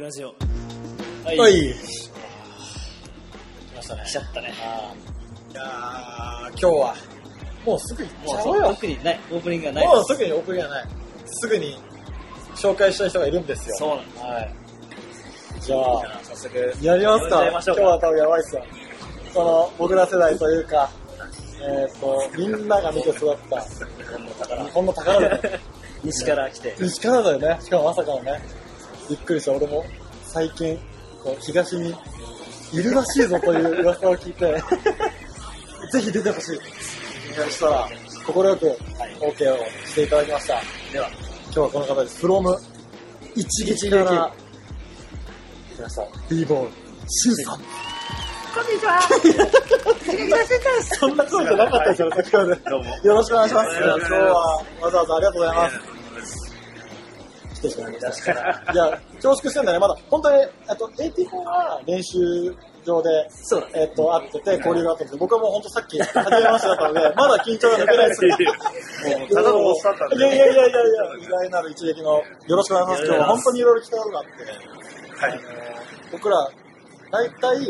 ラジオ。 はい。来ましたね。 来ちゃったね。 いやー、今日は、もうすぐ行っちゃおうよ。 特にない。オープニングがない。 もうすぐにオープニングがない。すぐに紹介したい人がいるんですよ。 そうなんです。 はい。じゃあ、 早速、 やりますか。 やりましょうか。 今日は多分やばいっすよ。その、僕ら世代というか、みんなが見て育った日本の宝だよ。 西から来て。 西からだよね。しかもまさかのね。びっくりした。俺も最近、こう東にいるらしいぞという噂を聞いて、ぜひ出てほしい。そしたら、快く OK をしていただきました。 では、 今日はこの方です。from 一撃から来ました。b ボールシュウさん。 こんにちは。 そんな声じゃなかったですよ、先ほど。 どうも。 よろしくお願いします。今日はわざわざありがとうございます。来てしまいました。いや、恐縮してんだね。まだ、本当に、AT4 は練習場で、 そう会ってて、交流があったんですけど、僕はもう本当さっき、初めましてだったので、まだ緊張が抜けないですよ。 もう、ただのおっさんだったんで。 いや、偉大なる一撃の、よろしくお願いします。今日は本当にいろいろ聞きたいことがあって、はい。僕ら、だいたい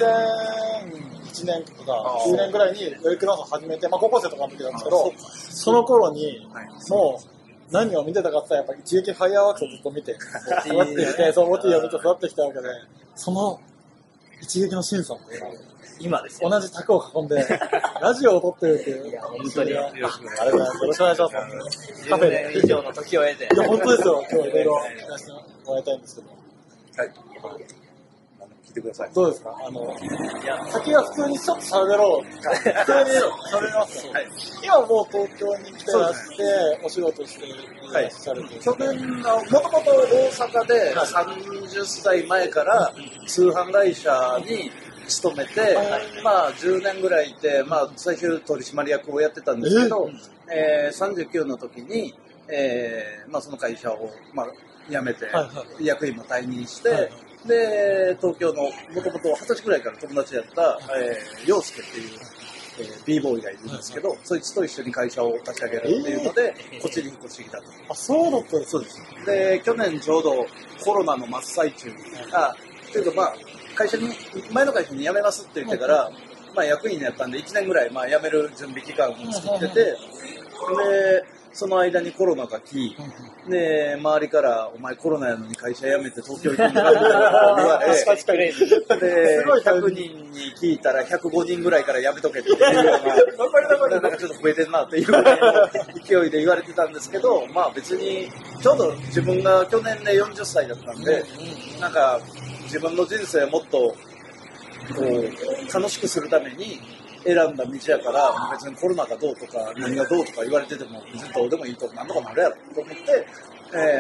2001年とか9年ぐらいにウェイクダンスを始めて、まあ高校生とかの時なんですけど、その頃に、もう何を見てたかって言ったらやっぱ一撃ファイヤーワークスをずっと見て、育ってきて、そう、モティを見て育ってきたわけで、その一撃のシンさんというのは、 今ですよ。 同じ卓を囲んで、ラジオを撮ってるっていう。 いや、本当に。よろしくお願いします。 ありがとうございます。よろしくお願いします。 カフェで以上の時を経て。 いや、本当ですよ。今日いろいろ聞かせてもらいたいんですけど。 はい。聞いてください。 どうですかいや、 先は普通にちょっと喋ろう。普通に喋りますよ。 はい。 今もう東京に来てらして、お仕事していらっしゃるという。 去年の、もともと大阪で30歳前から通販会社に勤めて、まあ10年ぐらいいて、まあ最終取締役をやってたんですけど、39の時に、まあその会社を、まあ、辞めて、役員も退任して、で、東京の、もともと20歳くらいから友達やった、陽介っていう、b ボーイがいるんですけど、そいつと一緒に会社を立ち上げるっていうので、こっちに引っ越してきたと。 あ、そうだったんです。 そうです。で、去年ちょうどコロナの真っ最中っていうかまあ、前の会社に辞めますって言ってから、まあ役員やったんで1年ぐらい、まあ辞める準備期間を作ってて、で、その間にコロナが来、で、周りから、お前コロナやのに会社辞めて東京行くんだみたいなことを言われ、で、100人に聞いたら105人ぐらいから辞めとけっていうような、なんかちょっと増えてんなっていうぐらいの勢いで言われてたんですけど、まあ別に、ちょうど自分が去年で40歳だったんで、なんか自分の人生をもっと、こう、楽しくするために、選んだ道やから、別にコロナがどうとか、何がどうとか言われてても、別にどうでもいいと、なんとかなるやろと思って、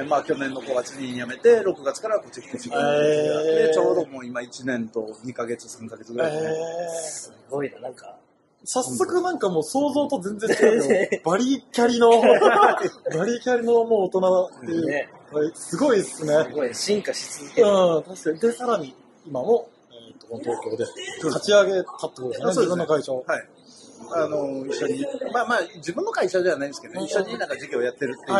まあ去年の5月に辞めて、6月からこっち来てしまう。で、ちょうどもう今1年と2ヶ月、3ヶ月ぐらいですね。 すごいな、なんか。 早速なんかもう想像と全然違うけど、バリキャリのもう大人っていう、ね、すごいっすね。 すごい、進化し続ける。 うん、確かに。で、さらに今も、東京で立ち上げたってことですね、自分の会社を。 はい。一緒に、まあ、自分の会社ではないんですけど、一緒になんか事業やってるっていう。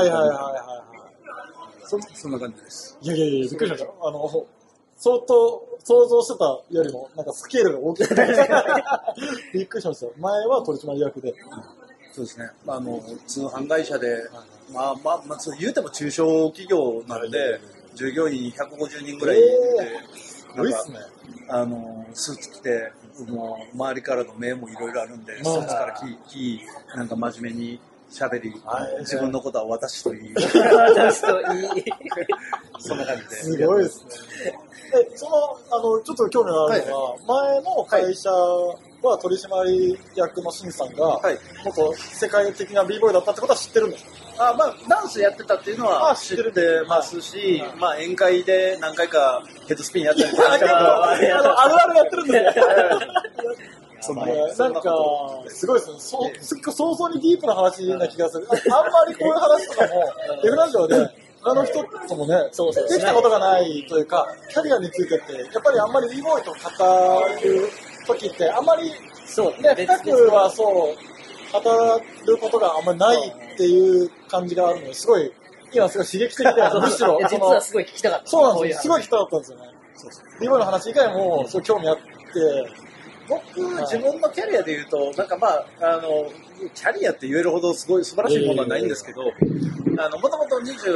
そんな感じです。 いや、びっくりしました。相当、想像してたよりも、なんかスケールが大きくて、びっくりしました。前は取締役で。 そうですね。通販会社で、まあ、そう言うても中小企業なので、従業員150人ぐらいいて、 すごいっすね。 スーツ着て、もう周りからの目もいろいろあるんで、スーツからなんか真面目に喋り、自分のことは私と言い。 私と言い。 そんな感じで。 すごいですね。ちょっと興味があるのは、前の会社は取締役のシンさんが、元世界的な b ボーイだったってことは知ってるんですか？ まあ、ダンスやってたっていうのは知ってますし、まあ、宴会で何回かヘッドスピンやったりとかしたら、 あるやってるんですよ。なんか、すごいですね。早々にディープな話な気がする。あんまりこういう話とかも、F ラジオで、他の人ともね、できたことがないというか、キャリアについてって、やっぱりあんまり b ボーイと語る時って、あんまり、ね、深くはそう、語ることがあんまりないっていう感じがあるので、すごい今すごい刺激的で、むしろ、 実はすごい聞きたかった。 そうなんですよ。すごい聞きたかったんですよね。今の話以外も、すごい興味あって、 僕、自分のキャリアで言うと、なんかキャリアって言えるほどすごい素晴らしいものはないんですけど、もともと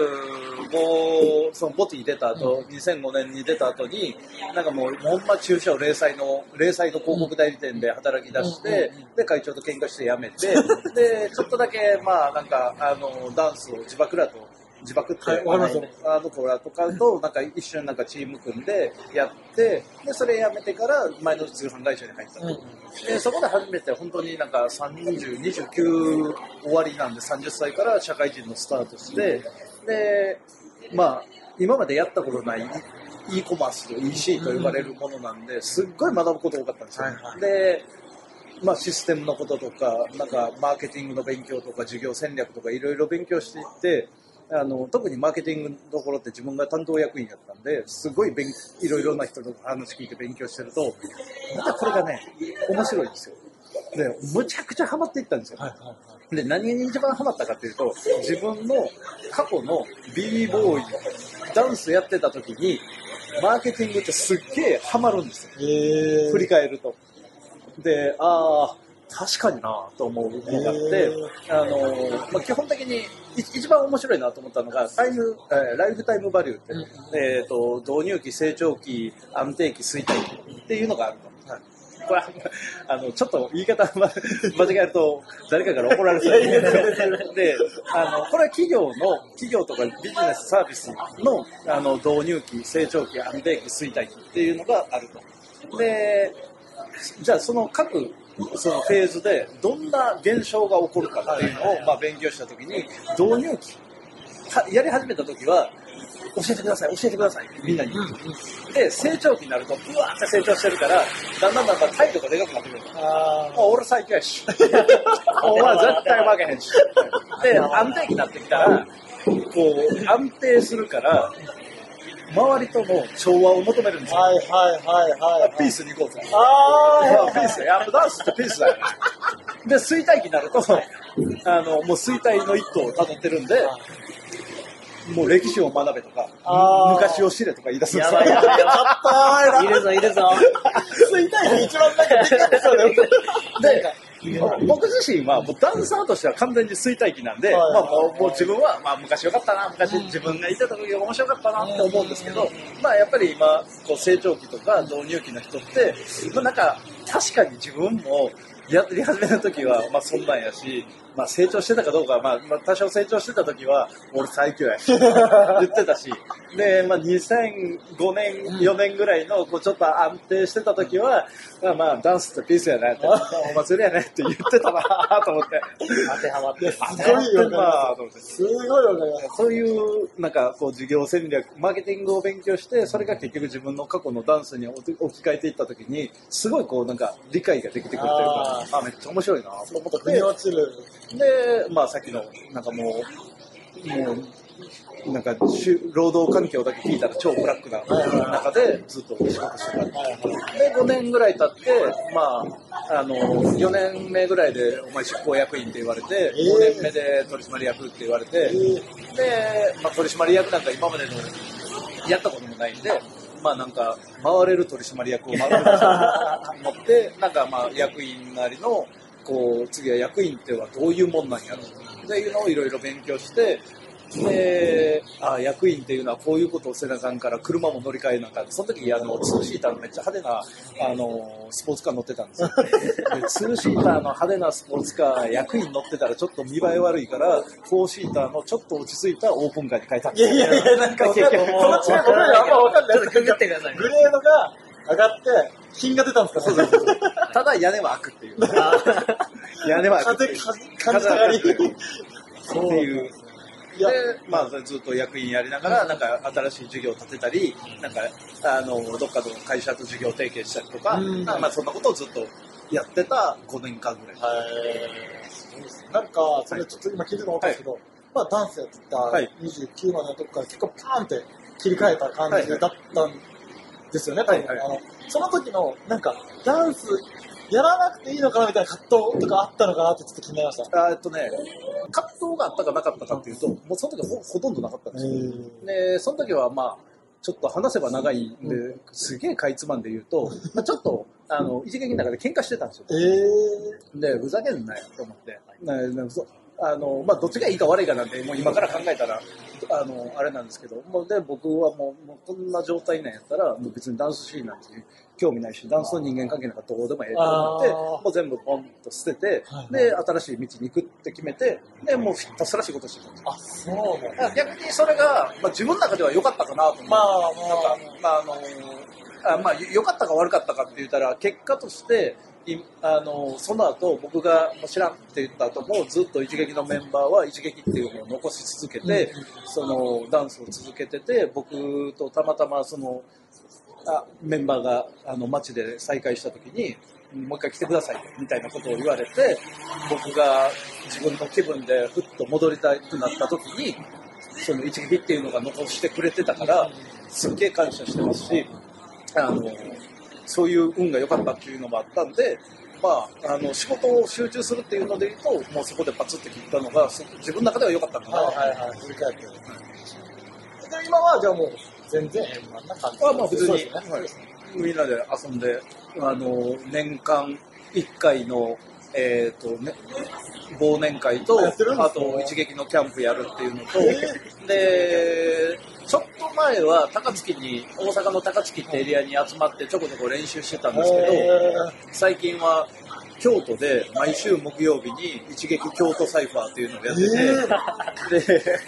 25、そのボティ出た後、2005年に出た後に、なんかもう、ほんま中小零細の広告代理店で働き出して、で、会長と喧嘩して辞めて、で、ちょっとだけ、なんか、ダンスを自爆って、子らとかと、なんか一瞬なんかチーム組んでやって、で、それやめてから前の通販会社に入ったと。で、そこで初めて本当になんか30、29終わりなんで30歳から社会人のスタートして、で、今までやったことない e コマースと EC と呼ばれるものなんで、すっごい学ぶこと多かったんですよ。で、システムのこととか、なんかマーケティングの勉強とか事業戦略とかいろいろ勉強していって、特にマーケティングのところって自分が担当役員だったんで、すごいいろいろな人の話聞いて勉強してると、またこれがね、面白いんですよ。で、むちゃくちゃハマっていったんですよ。で、何に一番ハマったかっていうと、自分の過去の BB ボーイ、ダンスやってた時に、マーケティングってすっげえハマるんですよ。振り返ると。で、確かになと思うのがあって、基本的に一番面白いなと思ったのがライフタイムバリューって、導入期、成長期、安定期、衰退期っていうのがあると。これちょっと言い方間違えると誰かから怒られそうで、これは企業とかビジネスサービスの導入期、成長期、安定期、衰退期っていうのがあると。で、じゃあその各そのフェーズでどんな現象が起こるかっていうのを勉強したときに、導入期やり始めたときは教えてくださいみんなに。で、成長期になるとブワーって成長してるから、だんだん態度がでかくなってくる。俺最強やし。お前絶対負けへんし。で、安定期になってきたら、こう安定するから。周りとの調和を求めるんですよ。ピースに行こうと。ピース。ダンスってピースだよ。で、衰退期になると、もう衰退の一途を辿ってるんで、もう歴史を学べとか、昔を知れとか言い出すんですよ。 いるぞ。 衰退が一番なんかでかいですよね。 で、僕自身はもうダンサーとしては完全に衰退期なんで、もう自分は昔良かったな、昔自分がいてた時が面白かったなって思うんですけど、やっぱり今こう成長期とか導入期の人って、なんか確かに自分もやり始めた時はそんなんやし、成長してたかどうかは、多少成長してた時は俺最強やし言ってたし、で、2005年4年ぐらいのこうちょっと安定してた時は、ダンスってピースやなって、お祭りやねって言ってたなと思って、 当てはまってすごいよなと思って、すごいわかります。 そういうなんかこう事業戦略、マーケティングを勉強して、それが結局自分の過去のダンスに置き換えていった時に、すごいこうなんか理解ができてくるというか、めっちゃ面白いなと思って。で、さっきのなんかもうなんか労働環境だけ聞いたら超ブラックな中でずっと仕事してた。で、5年ぐらい経って、4年目ぐらいでお前執行役員って言われて、5年目で取締役って言われて、で、取締役なんか今までのやったこともないんで、なんか回れる取締役を回ると思って、なんか役員なりのこう次は役員ってはどういうもんなんやろっていうのをいろいろ勉強して、で、役員っていうのはこういうことをせなあかんから車も乗り換えなあかん。その時ツーシーターのめっちゃ派手なスポーツカー乗ってたんですよ。でツーシーターの派手なスポーツカー役員乗ってたらちょっと見栄え悪いから、フォーシーターのちょっと落ち着いたオープンカーに変えたんですよ。 なんか結局この違い僕らあんま分かんない。 ちょっとくぐってください。 グレードが上がって品が出たんですか。そうただ屋根は開くっていう。屋根は開くっていう。 風下がりっていう。で、ずっと役員やりながら、なんか新しい事業を立てたり、なんかどっかの会社と事業提携したりとか、そんなことをずっとやってた5年間ぐらい。 なんかそれちょっと今聞いてて思ったんですけど、ダンスやってた29までのとこから結構パーンって切り替えた感じだったんですよね。その時のなんかダンスやらなくていいのかなみたいな葛藤とかあったのかなってちょっと気になりました。 葛藤があったかなかったかっていうと、もうその時はほとんどなかったんですよ。で、その時はまあ、ちょっと話せば長いんで、すげえかいつまんで言うと、まあ、ちょっと、一撃の中で喧嘩してたんですよ。で、ふざけんなよと思って。まあ、どっちがいいか悪いかなんて、もう今から考えたら、あれなんですけど、で、僕はもうこんな状態なんやったら、もう別にダンスシーンなんて興味ないし、ダンスの人間関係なんかどうでもええと思って、もう全部ポンと捨てて、で、新しい道に行くって決めて、で、もうひたすら仕事してたんですよ。 あ、そうなんだ。 逆にそれが、まあ、自分の中では良かったかなと思って。まあ、良かったか悪かったかって言ったら、結果として、その後僕がもう知らんって言った後もずっと一撃のメンバーは一撃っていうのを残し続けて、そのダンスを続けてて、僕とたまたまそのメンバーが街で再会した時にもう一回来てくださいみたいなことを言われて、僕が自分の気分でふっと戻りたくなった時にその一撃っていうのが残してくれてたからすっげえ感謝してますし、そういう運が良かったっていうのもあったんで、まあ、仕事を集中するっていうので言うと、もうそこでパツッと切ったのが、自分の中では良かったかな。 振り返って。で、今はじゃあもう、全然円満な感じ。 まあ、普通に、みんなで遊んで、年間1回の、忘年会と、あと一撃のキャンプやるっていうのと、で、ちょっと前は大阪の高槻ってエリアに集まってちょこちょこ練習してたんですけど、最近は京都で毎週木曜日に一撃京都サイファーっていうのをやってて、で、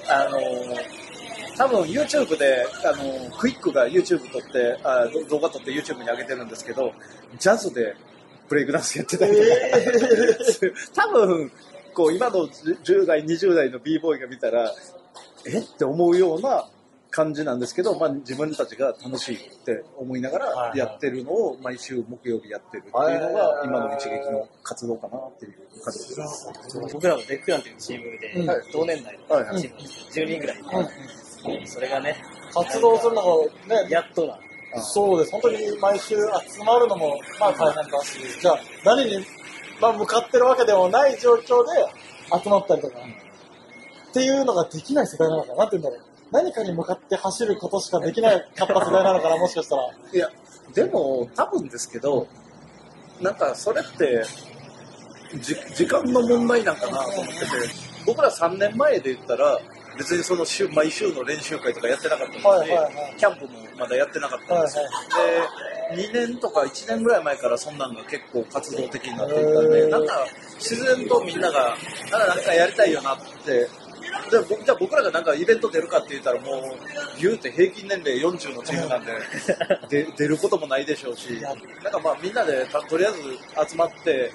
多分 YouTube でクイックが YouTube 撮って動画撮って YouTube に上げてるんですけど、ジャズでブレイクダンスやってたりとか、多分こう今の10代20代の b ボーイが見たらって思うような感じなんですけど、まあ、自分たちが楽しいって思いながらやってるのを毎週木曜日やってるっていうのが今の一撃の活動かなっていう感じです。 僕らもデックランというチームで、同年代のチーム10人ぐらい、それがね活動するのもね、 やっとな。 そうです。本当に毎週集まるのもまあ大変だし、じゃあ何に、まあ、向かってるわけでもない状況で集まったりとか、っていうのができない世界なのかなって言うんだろう。何かに向かって走ることしかできなかった世代なのかな、もしかしたら。 いや、でも多分ですけど、なんかそれって時間の問題なんかなと思ってて、僕ら3年前で言ったら別にその毎週の練習会とかやってなかったし、キャンプもまだやってなかったんですよ。で、2年とか1年ぐらい前からそんなのが結構活動的になっていったんで、なんか自然とみんながなんかやりたいよなって。じゃあ僕らがなんかイベント出るかって言ったらもう言うて平均年齢40のチームなんで出ることもないでしょうし、なんかまあみんなでとりあえず集まって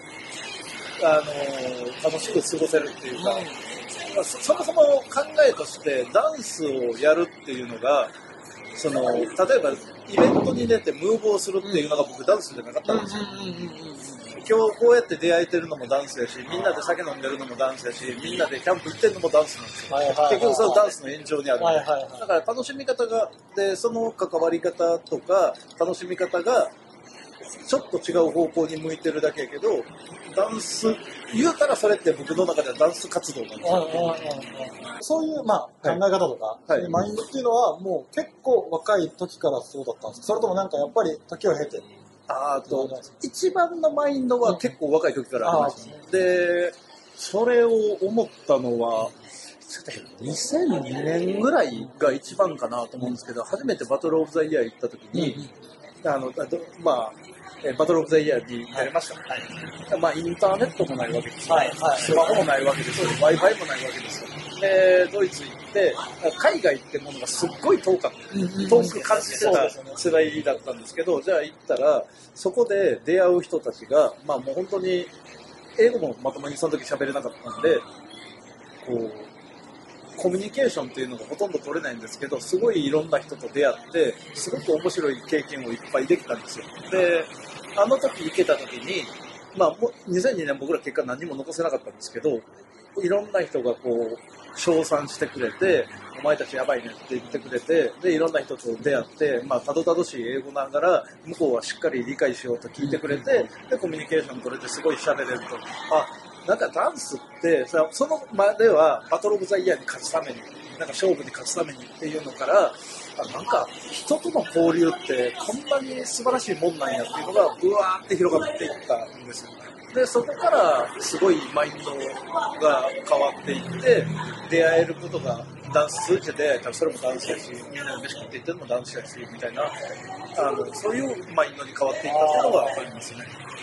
楽しく過ごせるっていうか、そもそも考えとしてダンスをやるっていうのが例えばイベントに出てムーブをするっていうのが僕ダンスじゃなかったんですよ。今日こうやって出会えてるのもダンスやし、みんなで酒飲んでるのもダンスやし、みんなでキャンプ行ってるのもダンスなんですよ。結局そのダンスの延長にある。だから楽しみ方がで、その関わり方とか楽しみ方がちょっと違う方向に向いてるだけやけど、ダンス言うたらそれって僕の中ではダンス活動なんですよ。 そういう、まあ、考え方とか、マインドっていうのはもう結構若い時からそうだったんですか？それともなんかやっぱり時を経て。 一番のマインドは結構若い時からありましたね。で、それを思ったのは2002年ぐらいが一番かなと思うんですけど、初めてバトルオブザイヤー行った時に、バトルオブザイヤーになりました。まあインターネットもないわけですよ。スマホもないわけですよ。Wi-Fi もないわけですよ。で、ドイツ行って、海外ってものがすっごい遠く感じてた世代だったんですけど、じゃあ行ったら、そこで出会う人たちが、まあもう本当に、英語もまともにその時喋れなかったんで、コミュニケーションっていうのがほとんど取れないんですけど、すごいいろんな人と出会って、すごく面白い経験をいっぱいできたんですよ。で、あの時行けた時に、まあ2002年僕ら結果何も残せなかったんですけど、いろんな人が称賛してくれて、 お前たちやばいねって言ってくれて、でいろんな人と出会って、まあ、たどたどしい英語ながら向こうはしっかり理解しようと聞いてくれて、でコミュニケーション取れてすごい喋れると、なんかダンスってその場ではバトルオブザイヤーに勝つために、なんか勝負に勝つためにっていうのから、なんか人との交流ってこんなに素晴らしいもんなんやっていうのがブワーって広がっていったんですよ。でそこからすごいマインドが変わっていって、出会えることがダンス通じて出会えたら、それもダンスやし、みんなで飯食って言ってるのもダンスやしみたいな、そういうマインドに変わっていったっていうのがありますね。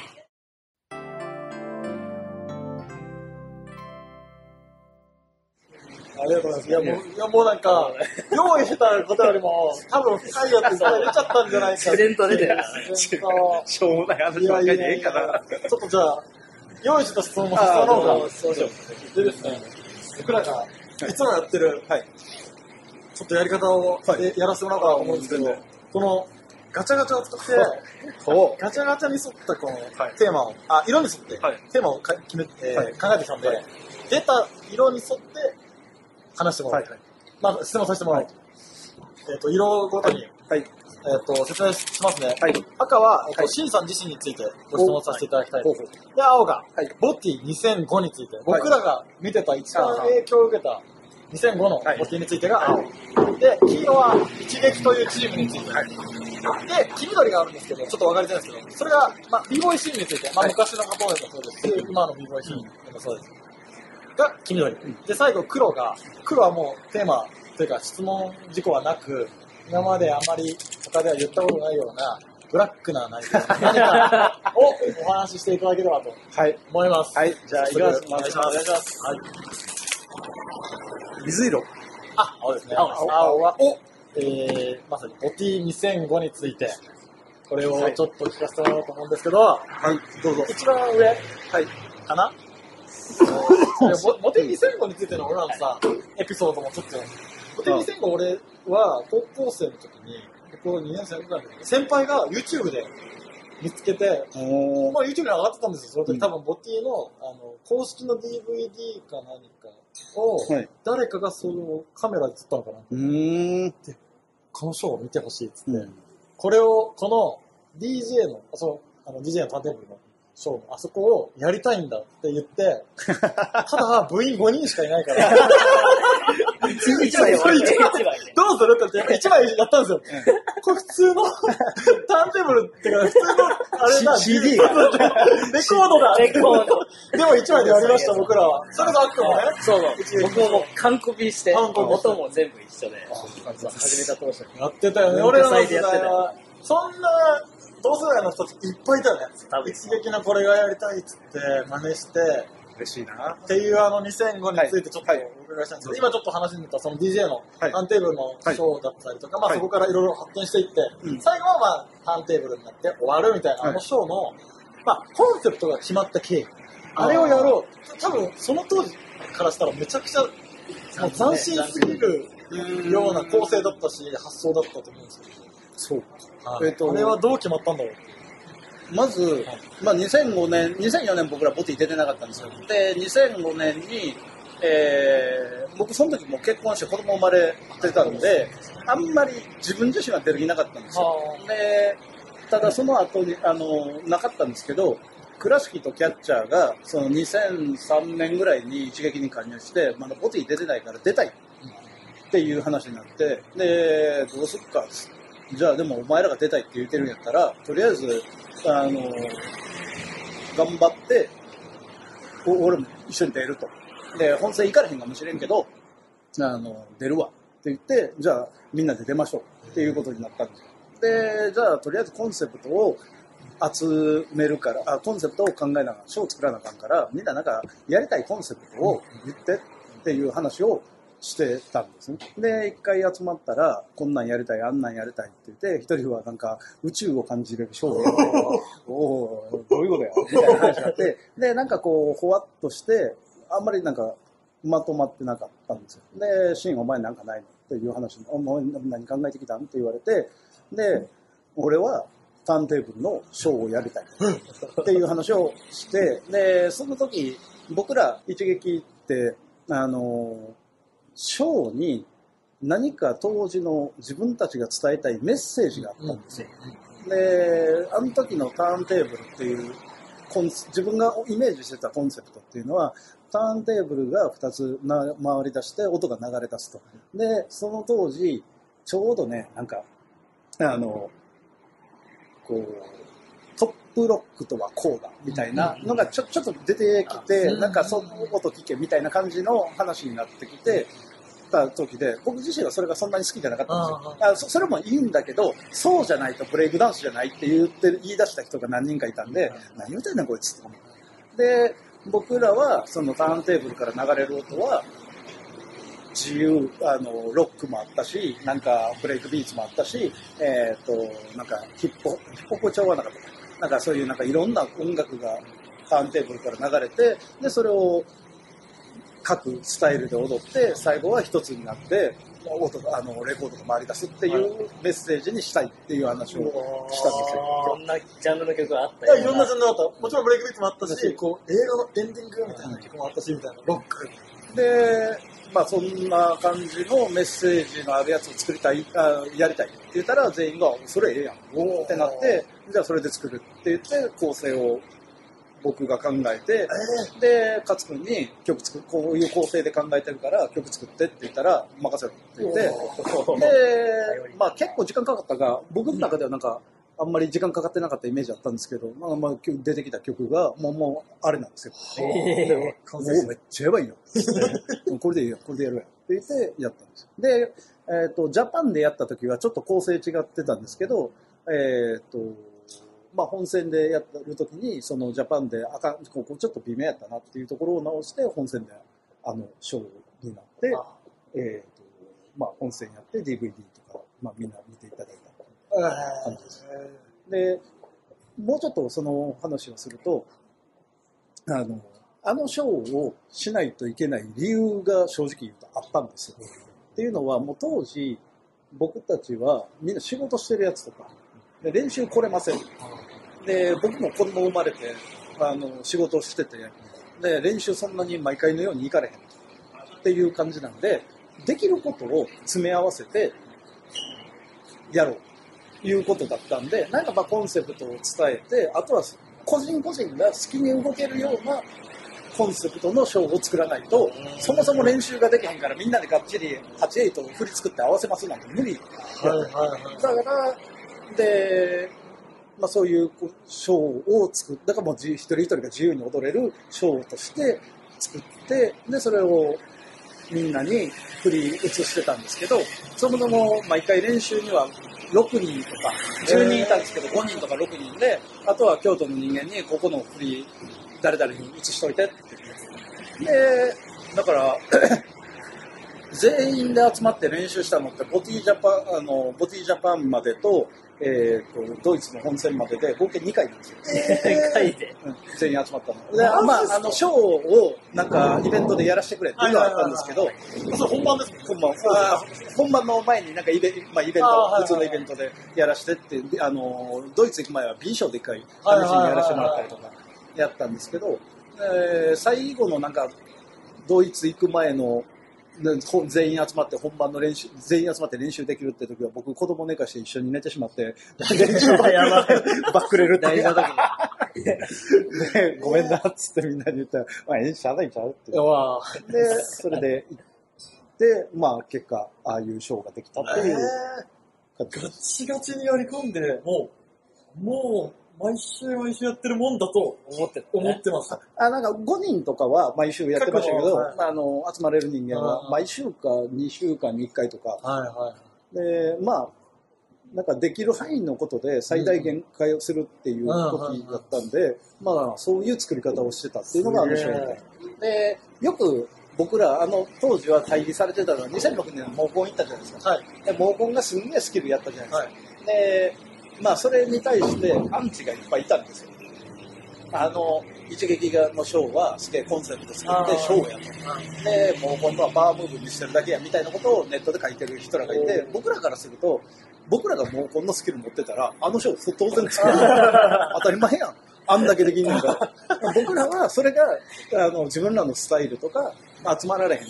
ありがとうございます。いやもうなんか、用意してたことよりも、多分深いやついっぱい出ちゃったんじゃないか。 自然と出てる。 しょうもない話ばっかりでいいかな。 ちょっとじゃあ、用意した質問もしたのが、そうしよう。でですね、僕らがいつもやってる、ちょっとやり方をやらせてもらおうと思うんですけど、このガチャガチャを使って、ガチャガチャに沿ったこのテーマを、色に沿ってテーマを決めて考えてきたんで、出た色に沿って話してもらう。まあ、質問させてもらう。色ごとに、説明しますね。赤は、シンさん自身についてご質問させていただきたいです。で、青が、ボティ2005について、僕らが見てた一番影響を受けた2005のボティについてが青。で、黄色は一撃というチームについて。で、黄緑があるんですけど、ちょっと分かりづらいんですけど、それが、b ボーイシーンについて、昔のことでもそうですし、今の b ボーイシーンでもそうです。が黄緑。で、最後黒はもうテーマというか質問事項はなく、今まであまり他では言ったことないようなブラックな何かをお話ししていただければと思います。 じゃあ、いきます。 お願いします。 水色。 青ですね。青は、まさにボティ2005について、これをちょっと聞かせてもらおうと思うんですけど、 どうぞ。 一番上、かなボティ2005についての俺らのさ、エピソードもちょっと、ボティ2005俺は高校生の時に、ここ2年生ぐらいの時に、先輩が YouTube で見つけて、YouTube に上がってたんですよ。その時多分ボティの、公式の DVD か何かを、誰かがそのカメラで撮ったのかな。で、このショーを見てほしいっつって、この DJ の、DJ のターンテーブルのショーのあそこをやりたいんだって言って、ただ部員5人しかいないから、 1枚どうするって言って1枚やったんですよ。これ普通のターンテーブルってか、普通のあれだ、 CD が。 レコードだ。でも1枚でやりました、僕らは。それがあったのね。 僕ももう完コピして、音も全部一緒で、始めた当初。 やってたよね、俺らの時代は。そんな、同世代の人たちいっぱいいたよね。一撃のこれがやりたいっつって真似して、 嬉しいな。 っていう2005についてちょっとお伺いしたんですけど、今ちょっと話に出たその DJ のターンテーブルのショーだったりとか、そこからいろいろ発展していって、最後はターンテーブルになって終わるみたいなショーの、コンセプトが決まった経緯。あれをやろう。多分その当時からしたらめちゃくちゃ斬新すぎるような構成だったし、発想だったと思うんですけど。そう。あれはどう決まったんだろう。 まず、2004年僕らボティ出てなかったんですよ。で、2005年に、僕その時も結婚して子供生まれてたので、あんまり自分自身は出る気なかったんですよ。で、ただその後に、なかったんですけど、倉敷とキャッチャーが、その2003年ぐらいに一撃に加入して、ボティ出てないから出たいっていう話になって、で、どうすっか。じゃあでもお前らが出たいって言ってるんやったら、とりあえず、頑張って、俺も一緒に出ると。で、本戦行かれへんかもしれんけど、出るわって言って、じゃあみんなで出ましょうっていうことになったんですよ。で、じゃあとりあえずコンセプトを集めるから、コンセプトを考えながら、ショーを作らなあかんから、みんななんかやりたいコンセプトを言ってっていう話をしてたんですね。で、一回集まったら、こんなんやりたい、あんなんやりたいって言って、一人はなんか宇宙を感じれるショーをやって、おー、どういうことやみたいな話になって、で、なんかこう、ほわっとして、あんまりなんかまとまってなかったんですよ。で、シーンお前なんかないのっていう話に、お前何考えてきたんって言われて、で、俺はターンテーブルのショーをやりたいっていう話をして、で、その時、僕ら一撃って、ショーに何か当時の自分たちが伝えたいメッセージがあったんですよ。で、あの時のターンテーブルっていう自分がイメージしてたコンセプトっていうのは、ターンテーブルが2つ回り出して音が流れ出すと。で、その当時、ちょうどね、なんか、こう、トップロックとはこうだみたいなのがちょっと出てきて、なんかその音聞けみたいな感じの話になってきてた時で、僕自身はそれがそんなに好きじゃなかったんですよ。それもいいんだけど、そうじゃないとブレイクダンスじゃないって言い出した人が何人かいたんで、何言うてんねんこいつって。で、僕らはそのターンテーブルから流れる音は自由、ロックもあったし、なんかブレイクビーツもあったし、なんかヒップホップ調はなかった。なんかそういうなんかいろんな音楽がターンテーブルから流れて、で、それを各スタイルで踊って、最後は一つになって、レコードが回り出すっていうメッセージにしたいっていう話をしたんですよ。 いろんなジャンルの曲があったよ。いろんなジャンルがあった。もちろんブレイクビーツもあったし、こう映画のエンディングみたいな曲もあったし、みたいな。ロック。 で、まあそんな感じのメッセージのあるやつを作りたい、やりたいって言ったら全員が、それええやんってなって、じゃあそれで作るって言って構成を僕が考えて、で、勝君にこういう構成で考えてるから曲作ってって言ったら任せろって言って、で、まあ結構時間かかったが、僕の中ではなんかあんまり時間かかってなかったイメージあったんですけど、まあ出てきた曲がもうあれなんですよ。めっちゃやばいよ。これでいいよ、これでやるやんって言ってやったんですよ。で、ジャパンでやった時はちょっと構成違ってたんですけど、まあ、本戦でやったるときに、そのジャパンでここちょっと微妙やったなっていうところを直して、本戦でショーになって、まあ、本戦やって DVD とか、まあ、みんな見ていただいた感じです。で、もうちょっとその話をすると、ショーをしないといけない理由が正直言うとあったんですよ。っていうのは、もう当時、僕たちはみんな仕事してるやつとか、で練習来れません。で、僕も子供生まれて、仕事をしてて、で、練習そんなに毎回のように行かれへんっていう感じなんで、できることを詰め合わせてやろうということだったんで、なんかまあコンセプトを伝えて、あとは個人個人が好きに動けるようなコンセプトのショーを作らないと、そもそも練習ができへんからみんなでがっちり8-8を振り作って合わせますなんて無理。だから、で、まあ、そういうショーを作って、だからもう一人一人が自由に踊れるショーとして作って、で、それをみんなに振り移してたんですけど、そもそも毎回練習には6人とか、10人いたんですけど、5人とか6人で、あとは京都の人間にここの振り、誰々に移しといてって言って。で、だから、全員で集まって練習したのってボディジャパンまでと、ドイツの本戦までで合計2回なんですよ。 2回で、 全員集まったの。で、まあ、ショーをなんかイベントでやらせてくれっていうのはあったんですけど、 それ本番ですね。 本番の前になんかイベント、普通のイベントでやらせてって、ドイツ行く前は B 賞で1回試しにやらせてもらったりとかやったんですけど、最後のなんかドイツ行く前の全員集まって本番の練習、全員集まって練習できるって時は僕子供寝かして一緒に寝てしまって、練習がやばい、バックれるって大事な時に。で、ごめんなっつってみんなに言ったら、まあ、しゃあないんちゃうって。で、それで行って、まあ結果、ああいうショーができたっていう感じです。 ガチガチにやり込んで、もう、毎週やってるもんだと思ってます。 なんか5人とかは毎週やってましたけど、集まれる人間は毎週か2週間に1回とか。で、まあ、なんかできる範囲のことで最大限会をするっていう時だったんで、まあそういう作り方をしてたっていうのが面白いで。で、よく僕ら当時は対比されてたのは2006年の毛根行ったじゃないですか。で毛根がすんげえスキルやったじゃないですか。でまあ、それに対してアンチがいっぱいいたんですよ。一撃のショーはすげえコンセプト作ってショーやと。で、もう今度はパワームーブにしてるだけやみたいなことをネットで書いてる人らがいて、僕らからすると、僕らがもうこんなスキル持ってたら、ショー当然作る。当たり前やん。あんだけできんのか。僕らはそれが自分らのスタイルとか集まられへんとか。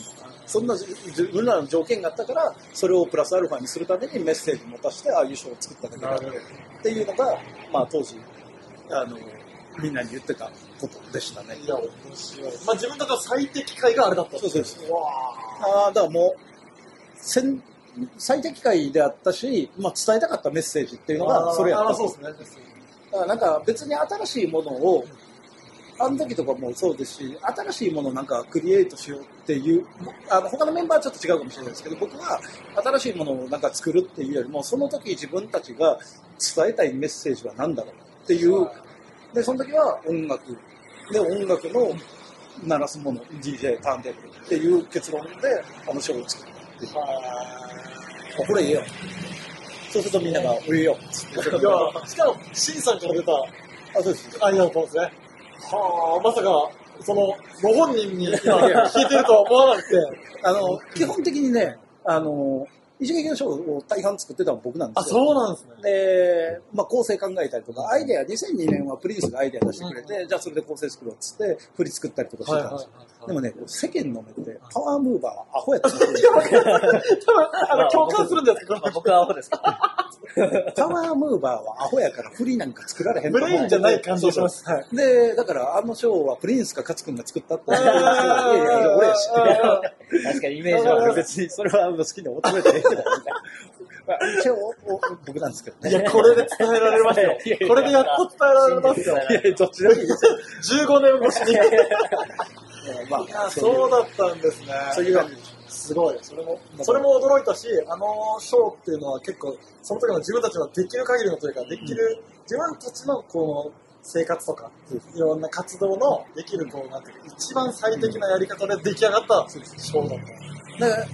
そんな自分らの条件があったから、それをプラスアルファにするためにメッセージを持たして、ああいう賞を作っただけだっていうのが、まあ当時、みんなに言ってたことでしたね。 いや、面白い。まあ自分たちの最適解があれだった。 そうです。だからもう、最適解であったし、まあ伝えたかったメッセージっていうのが、それやった。 そうですね。 だからなんか別に新しいものを、あの時とかもそうですし、新しいものをなんかクリエイトしようっていう、他のメンバーはちょっと違うかもしれないですけど、僕は新しいものをなんか作るっていうよりも、その時自分たちが伝えたいメッセージは何だろうっていう、で、その時は音楽の鳴らすもの、DJ、ターンテーブルっていう結論で、ショーを作ったっていう。これいいよ。そうするとみんなが、いいよ。 しかも、シンさんから出た。 そうです。 そうですね。はあ、まさか、ご本人に聞いてるとは思わなくて。 基本的にね、一撃のショーを大半作ってたのは僕なんですよ。そうなんですね。 で、まあ構成考えたりとか、アイデア、2002年はプリンスがアイデア出してくれて、じゃあそれで構成作ろうっつって、振り作ったりとかしてたんですよ。でもね、世間の目で、パワームーバーはアホやったんですよ。 共感するんですか？ 僕はアホですか？ パワームーバーはアホやから振りなんか作られへんと思う。ブレインじゃない感じします。 で、だからショーはプリンスか勝君が作ったって言うんですけど、いや、俺やし。 確かにイメージは別にそれは好きに求めていいけど、みたいな。一応、僕なんですけどね。 いや、これで伝えられますよ。これでやっと伝えられますよ。 いや、どっちでもいいですよ。 15年越しに。 まあ、 そうだったんですね。 そういう感じです。 すごい。それも驚いたし、ショーっていうのは結構、その時の自分たちはできる限りのというか、できる、自分たちの生活とか、いろんな活動のできるなんていうか、一番最適なやり方で出来上がったショーだった。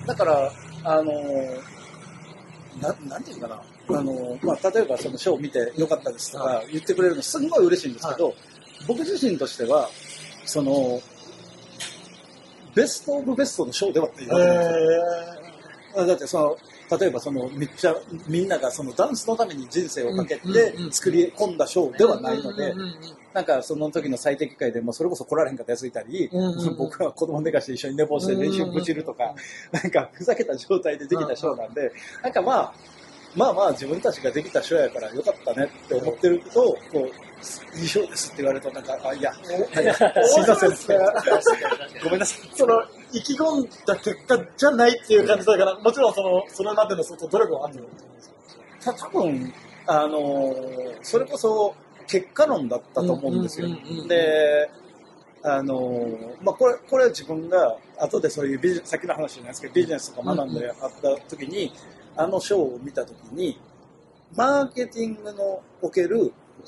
だから、なんていうかな、まあ、例えばそのショーを見てよかったですとか言ってくれるのすんごい嬉しいんですけど、僕自身としては、ベストオブベストのショーではっていうわけですよ。だって例えばめっちゃみんながダンスのために人生をかけて作り込んだショーではないので、なんかその時の最適解でもそれこそ来られへんかったやついたり、僕は子供寝かして一緒に寝坊して練習ぶちるとか、なんかふざけた状態でできたショーなんで、なんかまあ自分たちができたショーやからよかったねって思ってると、いいショーですって言われるとなんか、いや、すいません。ごめんなさい。 意気込んだ結果じゃないっていう感じだから、もちろんそれまでの努力はあると思うんです多分、それこそ結果論だったと思うんですよ。で、まあ、これは自分が後でそういうさっきの話じゃないですけど、ビジネスとか学んであった時に、ショーを見た時に、マーケティングのおける、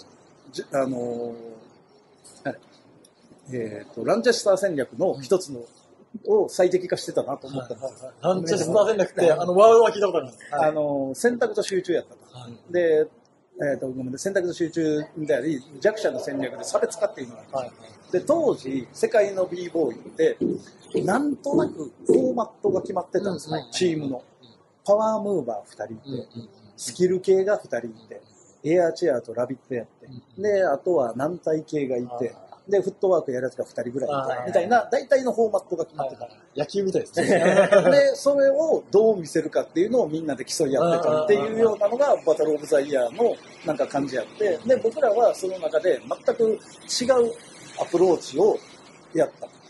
ランチェスター戦略の一つのを最適化してたなと思ったんです。 ランチェスター戦略って、ワードは聞いたことあります。 選択と集中やったと。で、選択と集中であり、弱者の戦略で差別化っていうのがあるんです。で、当時、世界の b ボーイって、なんとなくフォーマットが決まってたんですね、チームの。パワームーバー2人いて、スキル系が2人いて、エアチェアとラビットやって、で、あとは軟体系がいて、で、フットワークやるやつが2人ぐらいいて、みたいな、大体のフォーマットが決まってた。 野球みたいですね。 で、それをどう見せるかっていうのをみんなで競い合ってたっていうようなのが、バトルオブザイヤーのなんか感じやって、で、僕らはその中で全く違うアプローチをやった。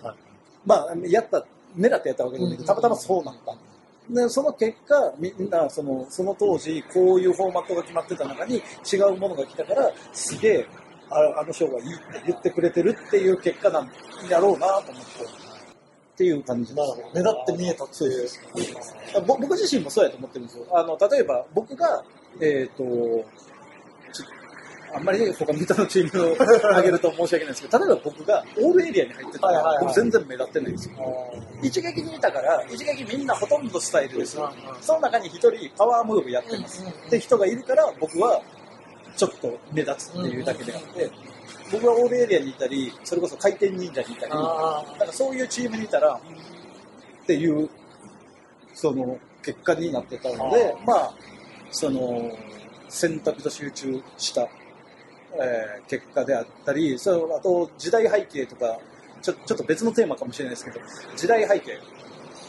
まあ、狙ってやったわけじゃないけど、たまたまそうなった。で、その結果、みんな、その当時、こういうフォーマットが決まってた中に違うものが来たから、すげえ、ショーがいいって言ってくれてるっていう結果なんやろうなと思って、っていう感じです。 目立って見えたっていう。 僕自身もそうやと思ってるんですよ。例えば、僕が、あんまりね、他の人のチームを挙げると申し訳ないですけど、例えば僕がオールエリアに入ってたら、僕全然目立ってないんですよ。一撃にいたから、一撃みんなほとんどスタイルですよ。その中に一人パワームーブやってます。って人がいるから、僕はちょっと目立つっていうだけであって、僕はオールエリアにいたり、それこそ回転忍者にいたり、なんかそういうチームにいたら、っていう、結果になってたので、まあ、選択と集中した、結果であったり、あと時代背景とかちょっと別のテーマかもしれないですけど、時代背景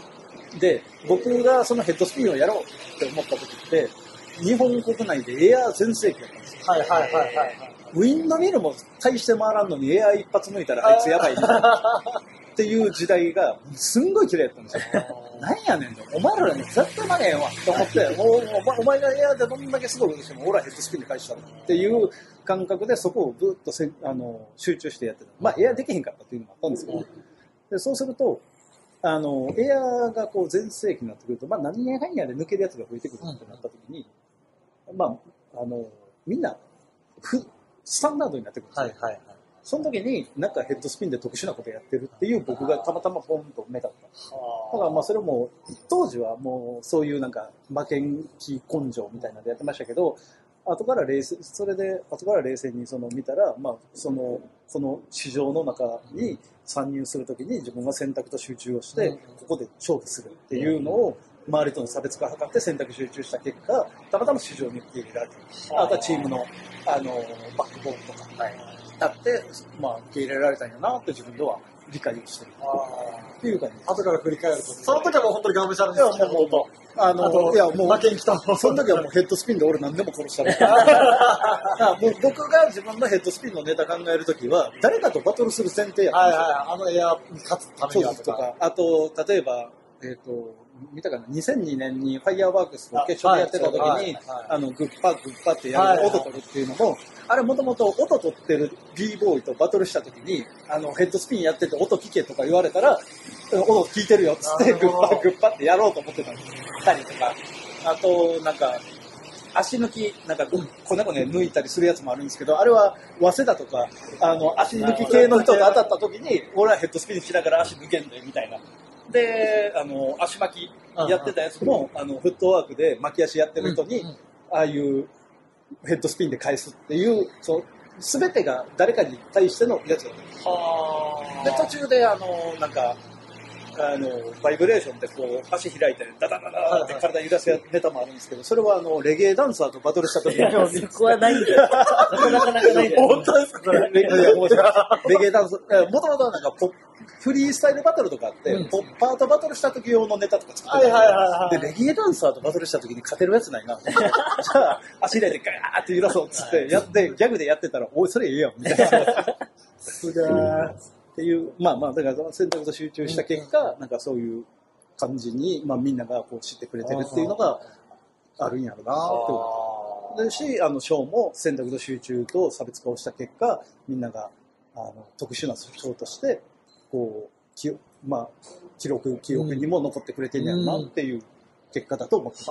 で、僕がそのヘッドスピンをやろうって思った時って、日本国内でエアー全盛期だったんですよ。 はいはいはいはい。 ウィンドミルも大して回らんのにエアー一発抜いたらあいつやばいっていう時代がすんごい綺麗だったんですよ。なんやねんと、お前らに絶対間に合えんわと思って、お前がエアーでどんだけすごいことしても俺はヘッドスピンで返したっていう感覚でそこをずっと集中してやってた。まあエアーできへんかったっていうのもあったんですけど、でそうするとエアーがこう全盛期になってくると、まあ何やかんやで抜けるやつが増えてくるってなった時に、まあみんなスタンダードになってくるんですよ。はいはいはい。その時になんかヘッドスピンで特殊なことやってるっていう僕がたまたまポンと目立った。だからまあそれも当時はもうそういうなんか負けん気根性みたいなのでやってましたけど、後から冷静に見たら、まあこの市場の中に参入する時に自分が選択と集中をしてここで勝負するっていうのを周りとの差別化を図って選択集中した結果、たまたま市場に受け入れられて、あとはチームのバックボーンとかあって、まあ受け入れられたんやなって自分では理解をしてるっていう感じ。 後から振り返ると、その時はもう本当にがむしゃらに好きなことと、 いやもう負けに来た。 その時はもうヘッドスピンで俺何でも殺したみたいな。もう僕が自分のヘッドスピンのネタ考えるときは誰かとバトルする前提やったんですよ。 エアに勝つためにはとか、あと例えば見たかな、2002年にファイヤーワークスの決勝でやってた時に、グッパってやる音取るっていうのも、あれもともと音取ってる b ボーイとバトルした時にヘッドスピンやってて音聞けとか言われたら音聞いてるよっつってグッパってやろうと思ってたりとか、あとなんか足抜きなんかこねこね抜いたりするやつもあるんですけど、あれは早稲田とか足抜き系の人と当たった時に俺はヘッドスピンしながら足抜けんでみたいな。で足巻きやってたやつもフットワークで巻き足やってる人にああいうヘッドスピンで返すっていう全てが誰かに対してのやつだった。で途中でなんかバイブレーションでこう足開いてダダダダって体揺らすネタもあるんですけど、それはレゲエダンサーとバトルした時にそこはないんだよ。なかなかないんだよ。 本当ですか？ レゲエダンスもともとなんかフリースタイルバトルとかあって、ポッパーとバトルした時用のネタとか作ってた。でレゲエダンサーとバトルした時に勝てるやつないな。じゃあ足入れてガーって揺らそうっつってやってギャグでやってたらおいそれいいやんみたいな。 すげーっていうだから選択と集中した結果、なんかそういう感じにみんながこう知ってくれてるっていうのがあるんやろうなって思う。でしショーも選択と集中と差別化をした結果、みんなが特殊なショーとしてこう記憶にも残ってくれてるんやろうなっていう結果だと思ってます。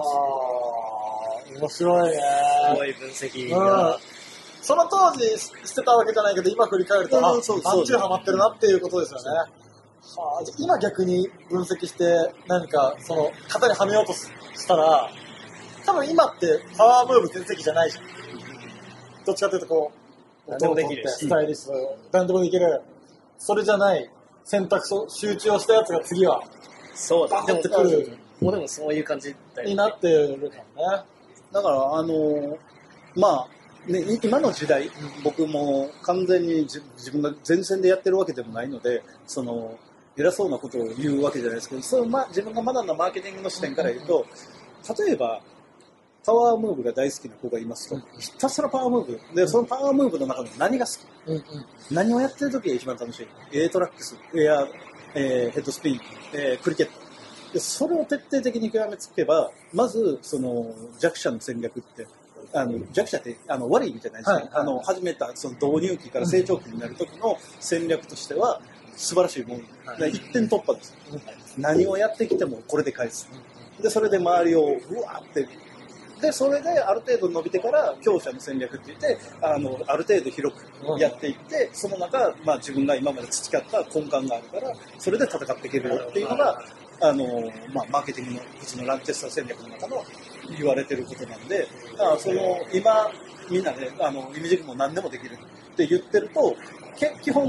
面白いね。 すごい分析が。 その当時してたわけじゃないけど、今振り返ると、あっちゅうハマってるなっていうことですよね。今逆に分析して何かその型にはめようとしたら、多分今ってパワームーブ全盛期じゃないじゃん。どっちかというとこう、 何でもできるスタイリスト、何でもできる。それじゃない選択集中をしたやつが次は、 そうだ。 バーってくる。 もうでもそういう感じだよね。 になってるからね。 だから今の時代、僕も完全に自分が前線でやってるわけでもないので、偉そうなことを言うわけじゃないですけど、自分が学んだマーケティングの視点から言うと、例えばパワームーブが大好きな子がいますと、ひたすらパワームーブで、そのパワームーブの中の何が好き、何をやってる時が一番楽しい、Aトラックス、ヘッドスピン、クリケットで、それを徹底的に極めつけば、まず弱者の戦略って弱者って悪い意味じゃないですね、始めたその導入期から成長期になる時の戦略としては素晴らしいもの、一点突破です、何をやってきてもこれで返す、でそれで周りをうわーってでそれである程度伸びてから強者の戦略って言ってある程度広くやっていって、その中、自分が今まで培った根幹があるからそれで戦っていけるよっていうのがマーケティングの普通のランチェスター戦略の中の言われてることなんで、今みんなねイミジクも何でもできるって言ってると基本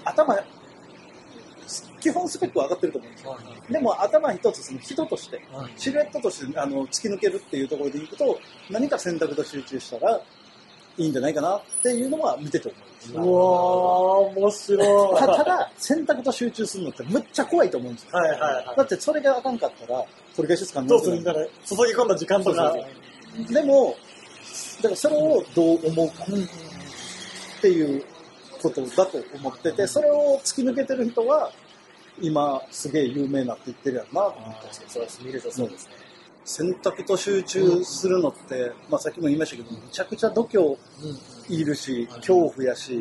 基本スペックは上がってると思うんですよ、でも頭一つ人としてシルエットとして突き抜けるっていうところでいくと何か選択と集中したらいいんじゃないかなっていうのは見てて思う。 うわー、面白い。 ただ、選択と集中するのってむっちゃ怖いと思うんですよ。 はいはいはい。 だってそれがあかんかったら、取り返しつかんない。 どうするんだろう。注ぎ込んだ時間とか。 でも、だからそれをどう思うかっていうことだと思ってて、それを突き抜けてる人は、今すげえ有名になっていってるやんなと思って。 そうです。見るとそうですね。 選択と集中するのって、まあさっきも言いましたけど、めちゃくちゃ度胸いるし、恐怖やし、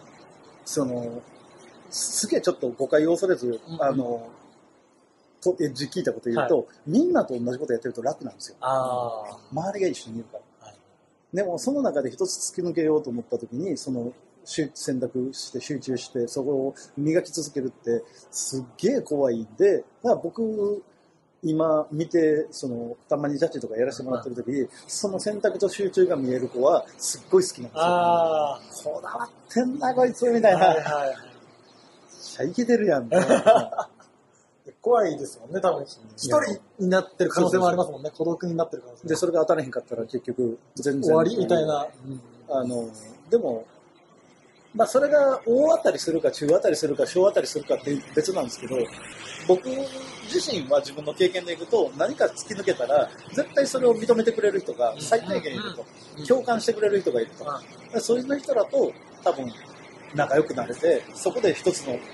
すげえちょっと誤解を恐れず、エッジ聞いたこと言うと、みんなと同じことやってると楽なんですよ。周りが一緒にいるから。でもその中で一つ突き抜けようと思った時に、選択して集中してそこを磨き続けるってすっげえ怖いんで、だから僕今見てたまにジャッジとかやらせてもらってる時に、その選択と集中が見える子はすっごい好きなんですよ。こだわってんなこいつみたいな。しゃいけてるやんみたいな。 怖いですもんね、多分。一人になってる可能性もありますもんね、孤独になってる可能性。 で、それが当たらへんかったら結局全然。 終わりみたいな。 でも、まあそれが大当たりするか中当たりするか小当たりするかって別なんですけど、僕自身は自分の経験でいくと、何か突き抜けたら絶対それを認めてくれる人が最低限いると、共感してくれる人がいると、そういう人らと多分仲良くなれて、そこで一つの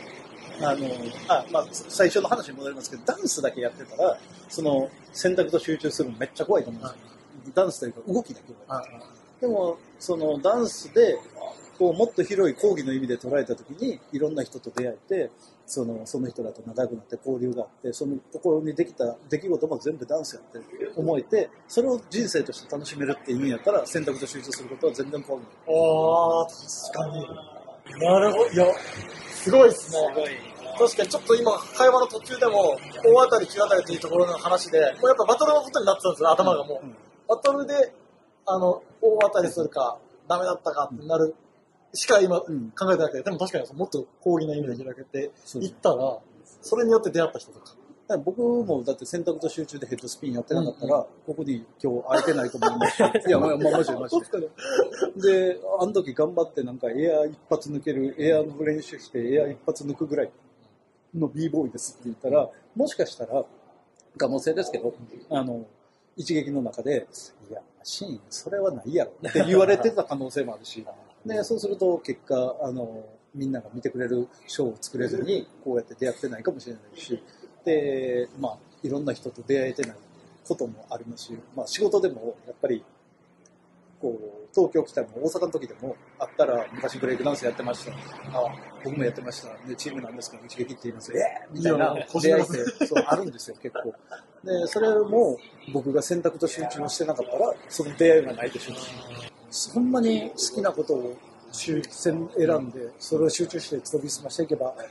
最初の話に戻りますけど、ダンスだけやってたら選択と集中するのめっちゃ怖いと思うんですよ。ダンスというか動きだけは。でもダンスでもっと広い講義の意味で捉えたときに、いろんな人と出会えて、その人らと仲良くなって交流があって、そのところにできた出来事も全部ダンスやって思えて、それを人生として楽しめるっていう意味やったら、選択と集中することは全然怖くない。 確かに。なるほど。いや、すごいですね。確かにちょっと今、会話の途中でも、大当たり中当たりというところの話で、もうやっぱバトルのことになってたんですよ、頭がもう。バトルで、大当たりするか、ダメだったかってなる。しか今考えてなくて、でも確かにもっと広義な意味で開けていったら、それによって出会った人とか。 僕もだって選択と集中でヘッドスピンやってなかったら、ここに今日会えてないと思うんですし、いや、マジで。で、あの時頑張ってなんかエア一発抜ける、エアの練習してエア一発抜くぐらいの b ボーイですって言ったら、もしかしたら、可能性ですけど、一撃の中で、いや、シーン、それはないやろって言われてた可能性もあるし、で、そうすると結果、みんなが見てくれるショーを作れずに、こうやって出会ってないかもしれないし、で、いろんな人と出会えてないこともありますし、仕事でもやっぱり、東京来たりも大阪の時でもあったら、昔ブレイクダンスやってました。僕もやってました。で、チームなんですけど、一撃って言います。みたいな出会いってそうあるんですよ、結構。で、それも僕が選択と集中をしてなかったら、その出会いがないでしょうし、ほんまに好きなことを選んで、それを集中して飛び澄ましていけば、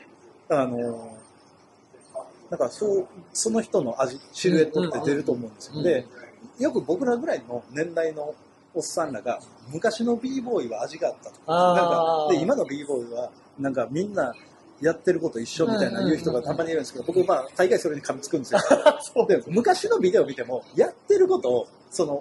なんかその人の味、シルエットって出ると思うんですよ。で、よく僕らぐらいの年代のおっさんらが、昔の b ボーイは味があったと。で、今の b ボーイは、なんかみんなやってること一緒みたいな言う人がたまにいるんですけど、僕大概それに噛みつくんですよ。で、昔のビデオ見ても、やってることを、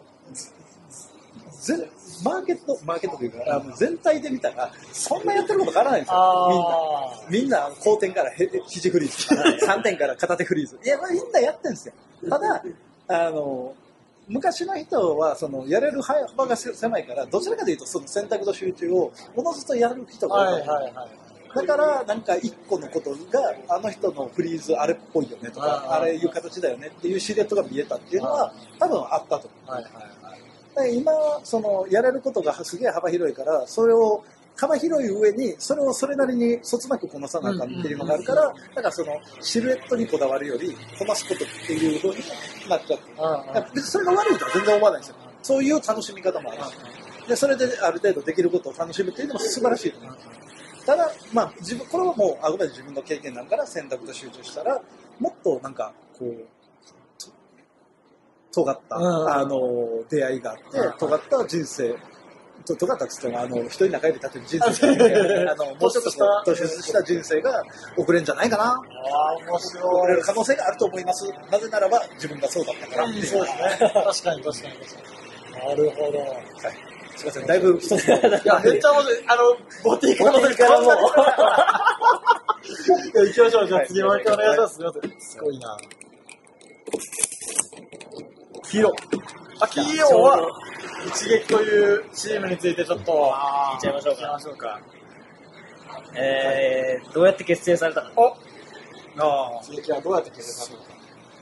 マーケットというか、全体で見たら、そんなやってること変わらないんですよ。みんな、後転から肘フリーズとか、3点から片手フリーズ。いや、みんなやってるんですよ。ただ、昔の人は、やれる幅が狭いから、どちらかというと、その選択と集中を、おのずとやる人が多い。だから、なんか一個のことが、あの人のフリーズあれっぽいよねとか、あれいう形だよねっていうシルエットが見えたっていうのは、多分あったと思う。今、やれることがすげえ幅広いから、それを、幅広い上に、それをそれなりにそつなくこなさなあかんっていうのがあるから、だからシルエットにこだわるより、こなすことっていう風になっちゃって。別にそれが悪いとは全然思わないんですよ。そういう楽しみ方もあるし。で、それである程度できることを楽しむっていうのも素晴らしいと思う。ただ、これはもうあくまで自分の経験なんから選択と集中したら、もっとなんか、尖った、出会いがあって、尖った人生、尖ったっつっても、人に仲良く立てる人生もうちょっと突出した人生が送れるんじゃないかな。 面白い。 送れる可能性があると思います。なぜならば、自分がそうだったから。 そうですね。確かに。なるほど。 すいません、だいぶ一つの。 いや、めっちゃ面白い。ボティカの時からも。いや、行きましょう。じゃあ次もう一回お願いします。すみません。すごいな。黄色。黄色は、一撃というチームについてちょっと、 言っちゃいましょうか。どうやって結成されたか。 一撃はどうやって結成されたのか。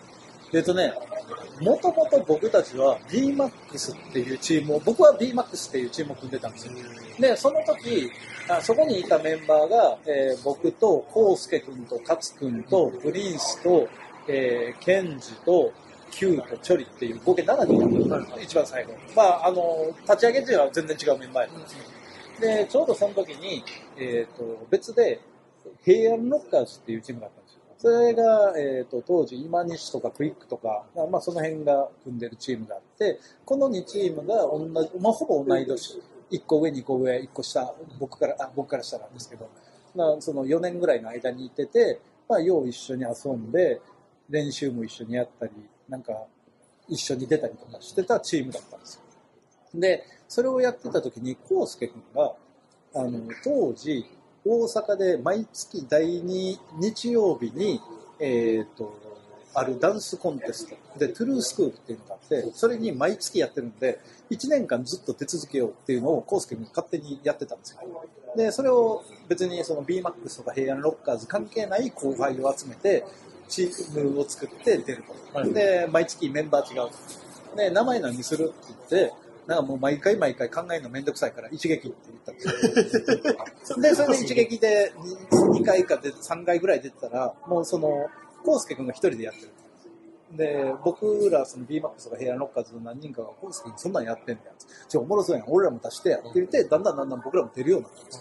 もともと僕たちは BMAX っていうチームを、僕は BMAX っていうチームを組んでたんですよ。で、その時、そこにいたメンバーが、僕とコウスケ君とカツ君とプリンスと、ケンジとキューとチョリっていう合計7人だったんです、一番最後。立ち上げ時は全然違うメンバーやったんですよ。で、ちょうどその時に、別で平安ロッカーズっていうチームがあったんですよ。それが、当時今西とかクイックとか、その辺が組んでるチームがあって、この2チームが同じ、ほぼ同い年、1個上2個上1個下、僕から下なんですけど、その4年ぐらいの間にいてて、よう一緒に遊んで練習も一緒にやったり、なんか一緒に出たりとかしてたチームだったんですよ。でそれをやってた時にコウスケ君が当時大阪で毎月第2日曜日に、あるダンスコンテストでトゥルースクールっていうのがあって、それに毎月やってるんで1年間ずっと出続けようっていうのをコウスケ君勝手にやってたんですよ。でそれを別にその BMAX とか平安ロッカーズ関係ない後輩を集めてチームを作って出ると、で毎月メンバー違うで名前何にするって言ってなんかもう毎回考えるのめんどくさいから一撃って言ったんですよ。でそれで一撃で 2回か3回ぐらい出てたらもうそのコウスケ君が一人でやってる。で僕らその BMAX とか平安ロッカーズの何人かがコウスケ君そんなんやってんだよおもろそうやん俺らも出してやって言ってだんだん僕らも出るようになったんですよ。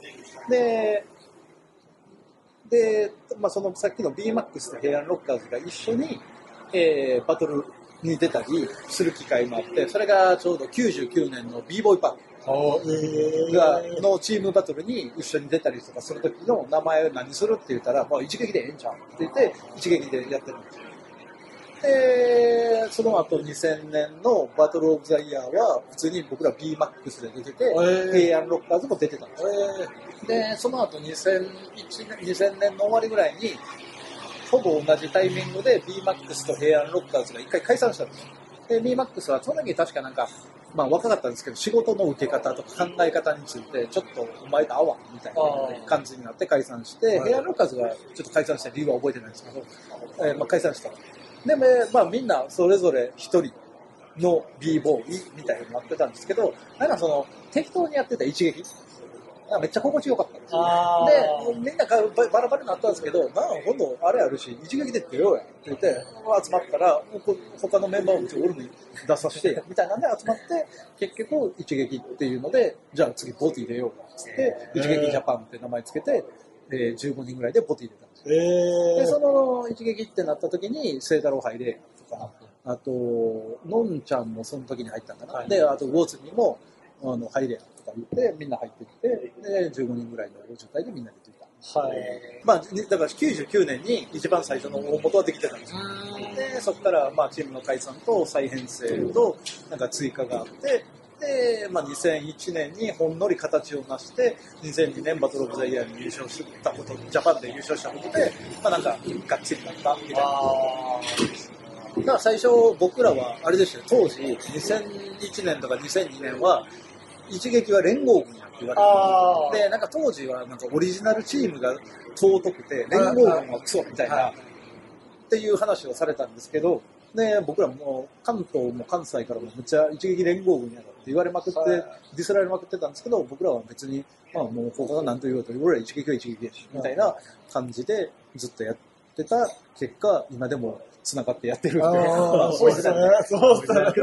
で、そのさっきの BMAX と平安ロッカーズが一緒に、バトルに出たりする機会もあって、それがちょうど99年の b ボーイパークのチームバトルに一緒に出たりとかする時の名前を何するって言ったら、一撃でええんちゃうって言って一撃でやってるんですよ。でその後2000年のバトルオブザイヤーは普通に僕ら BMAX で出てて、平安ロッカーズも出てたんですよ。でその後2000年の終わりぐらいにほぼ同じタイミングで BMAX と平安ロッカーズが一回解散したんですよ。で BMAX はその時確かなんか若かったんですけど仕事の受け方とか考え方についてちょっとお前と合わんみたいな感じになって解散して平安ロッカーズがちょっと解散した理由は覚えてないんですけど、解散した。でみんなそれぞれ一人の b ボーイみたいになってたんですけど、なんかその適当にやってた一撃めっちゃ心地よかったんですよ。でみんなバラバラになったんですけど、今度あれあるし一撃で出ようやって言って集まったら他のメンバーを俺に出させてみたいなんで集まって結局一撃っていうのでじゃあ次ボティ出ようって一撃ジャパンって名前つけて15人ぐらいでボティ出たんですよ。でその一撃ってなった時に清太郎入れとか、あとのんちゃんもその時に入ったんかな、であと魚津にも入れとか言ってみんな入っていってで15人ぐらいの状態でみんなで出ていた。だから99年に一番最初の大元はできてたんですよ。でそこからチームの解散と再編成となんか追加があってで、2001年にほんのり形を成して2002年バトルオブザイヤーに優勝したことジャパンで優勝したことで、なんかがっちりなったみたいな。だから最初僕らはあれでしたよ、当時2001年とか2002年は一撃は連合軍やって言われてでなんか当時はなんかオリジナルチームが尊くて連合軍はクソみたいなっていう話をされたんですけど、で僕らも関東も関西からもめっちゃ一撃連合軍やろって言われまくってディスられまくってたんですけど、僕らは別にもう他が何と言おうと俺ら一撃は一撃やしみたいな感じでずっとやってた結果今でも繋がってやってるってそうですね。そうですね。 結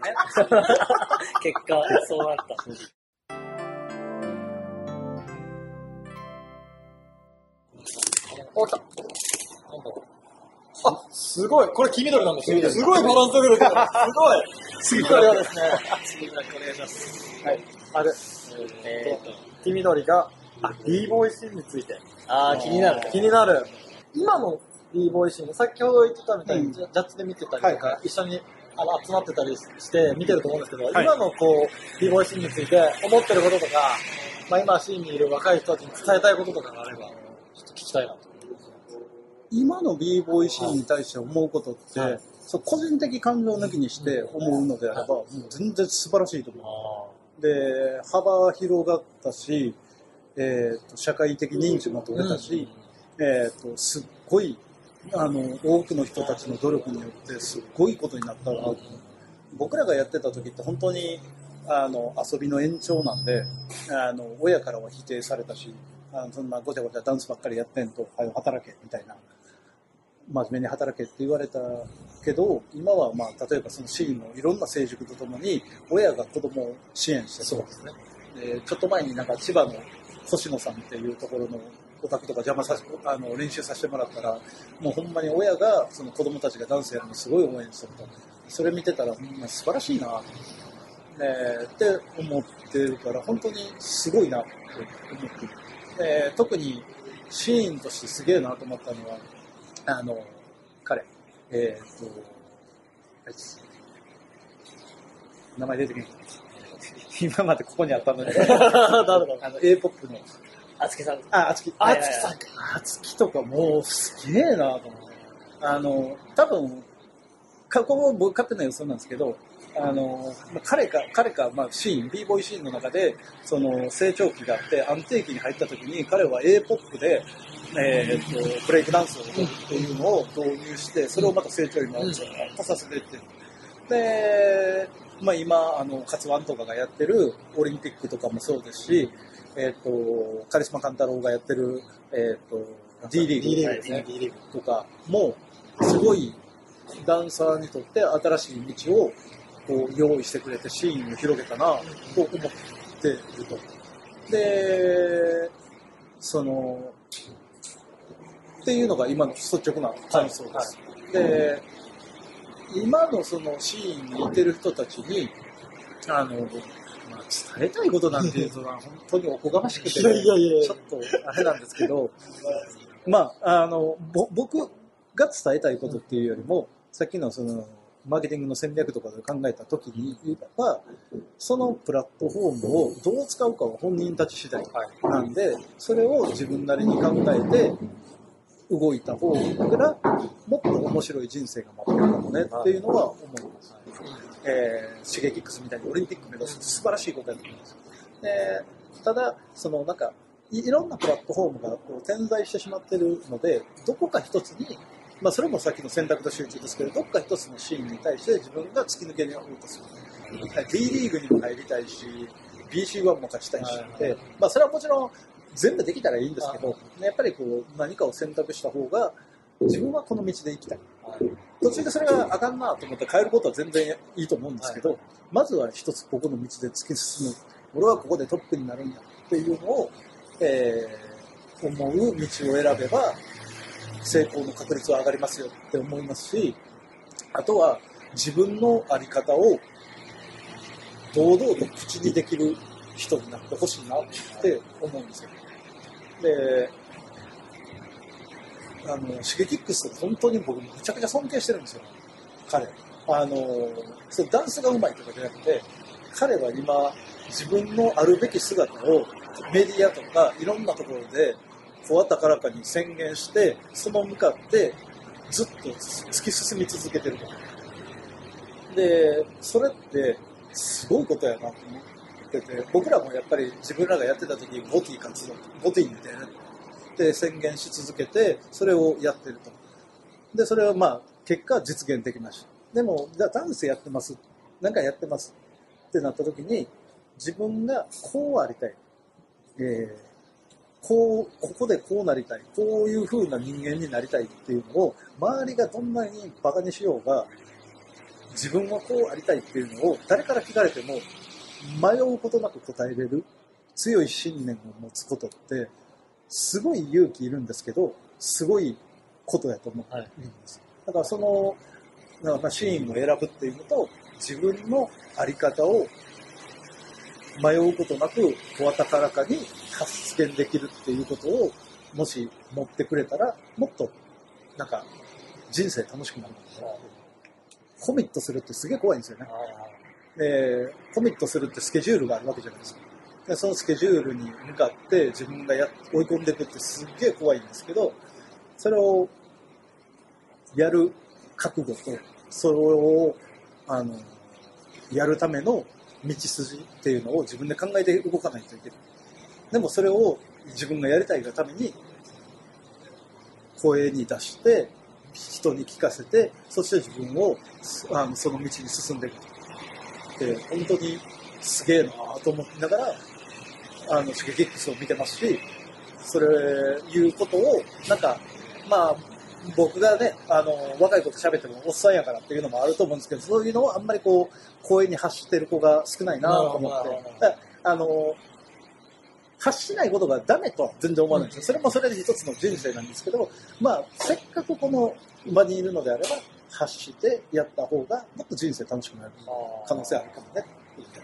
果そうなった。 来た。すごい。これ黄緑なんですよ。すごいバランス取れてる。すごい。黄緑はですね。 次ブラックお願いします。 はい。黄緑がb ボーイシーンについて。 気になる。 気になる。今のb ボーイシーン、先ほど言ってたみたいにジャッジで見てたりとか、一緒に集まってたりして見てると思うんですけど、今のこう、b ボイシーンについて思ってることとか、今シーンにいる若い人たちに伝えたいこととかがあれば、ちょっと聞きたいなと。 今の b ボイシーンに対して思うことって、そう個人的感情抜きにして思うのであれば、もう全然素晴らしいと思う。で、幅広がったし、社会的認知も取れたし、すっごい多くの人たちの努力によってすっごいことになったなと。僕らがやってた時って本当に遊びの延長なんで、親からは否定されたし、そんなごちゃごちゃダンスばっかりやってんと、はよ働けみたいな、真面目に働けって言われたけど、今はまあ例えばそのシーンのいろんな成熟とともに親が子供を支援して、 そうですね。 ちょっと前になんか千葉の星野さんっていうところのオタクとか邪魔させ練習させてもらったら、もうほんまに親がその子供たちがダンスやるのすごい応援してた。それ見てたら、素晴らしいなって思ってるから、本当にすごいなって思ってる。特にシーンとしてすげえなと思ったのは、彼、名前出てけん。今までここにあったので、A-POP のあつきさん。 あつきさんか。あつきとかもうすげえなと思って。多分、ここも僕勝手な予想なんですけど、彼か、まあ、シーン、b ボイシーンの中で、その成長期があって、安定期に入った時に、彼は A-POP で、ブレイクダンスを踊るっていうのを導入して、それをまた成長にずっとさせていってる。で、まあ今、カツワンとかがやってるオリンピックとかもそうですし、カリスマカンタロウがやってる、D リーグとかも、すごいダンサーにとって新しい道をこう用意してくれてシーンを広げたなと思っていると。で、っていうのが今の率直な感想です。で、今のそのシーンにいてる人たちに、まあ、伝えたいことなんていうのは本当におこがましくて、ちょっとあれなんですけど、まあ、僕が伝えたいことっていうよりも、さっきのその、マーケティングの戦略とかで考えたときに言えば、そのプラットフォームをどう使うかは本人たち次第なんで、それを自分なりに考えて動いた方がもっと面白い人生が待ってるかもねっていうのは思います。シゲキックスみたいにオリンピック目指す素晴らしいことだと思います。ただ、なんかいろんなプラットフォームがこう点在してしまってるので、どこか一つに、まあ、それもさっきの選択と集中ですけど、どっか一つのシーンに対して自分が突き抜けようとする。B リーグにも入りたいし、BC1 も勝ちたいし、まあ、それはもちろん全部できたらいいんですけど、やっぱりこう何かを選択した方が、自分はこの道で行きたい。途中でそれがあかんなと思って変えることは全然いいと思うんですけど、まずは一つここの道で突き進む。俺はここでトップになるんだっていうのを、思う道を選べば、成功の確率は上がりますよって思いますし、あとは自分の在り方を堂々と口にできる人になってほしいなって思うんですよ。で、シゲキックス本当に僕めちゃくちゃ尊敬してるんですよ、彼。それダンスが上手いとかじゃなくて、彼は今自分のあるべき姿をメディアとかいろんなところで声高らかに宣言して、その向かってずっと突き進み続けてると。で、それってすごいことやなと思ってて、僕らもやっぱり自分らがやってた時にボティ活動、ボティみたいなって宣言し続けて、それをやってると。で、それはまあ結果実現できました。でも、じゃあダンスやってます、なんかやってますってなった時に、自分がこうありたい。ここでこうなりたい、こういう風な人間になりたいっていうのを、周りがどんなにバカにしようが、自分はこうありたいっていうのを誰から聞かれても迷うことなく答えれる強い信念を持つことって、すごい勇気いるんですけど、すごいことやと思っているんです。だからその、まあ、シーンを選ぶっていうのと、自分の在り方を迷うことなく、声高らかに発言できるっていうことを、もし持ってくれたら、もっと、なんか、人生楽しくなるんだなとコミットするってすげえ怖いんですよね。コミットするってスケジュールがあるわけじゃないですか。でそのスケジュールに向かって自分が追い込んでいくってすっげえ怖いんですけど、それをやる覚悟と、それをやるための道筋っていうのを自分で考えて動かないといけない。でもそれを自分がやりたいがために声に出して人に聞かせて、そして自分をその道に進んでいくって本当にすげえなと思いながらシゲキックスを見てますし、それいうことをなんかまあ僕がね若い子と喋ってもおっさんやからっていうのもあると思うんですけど、そういうのをあんまりこう声に発してる子が少ないなと思って、発しないことがダメとは全然思わないんですよ。それもそれで一つの人生なんですけど、まあせっかくこの場にいるのであれば発してやった方がもっと人生楽しくなる可能性あるかもね。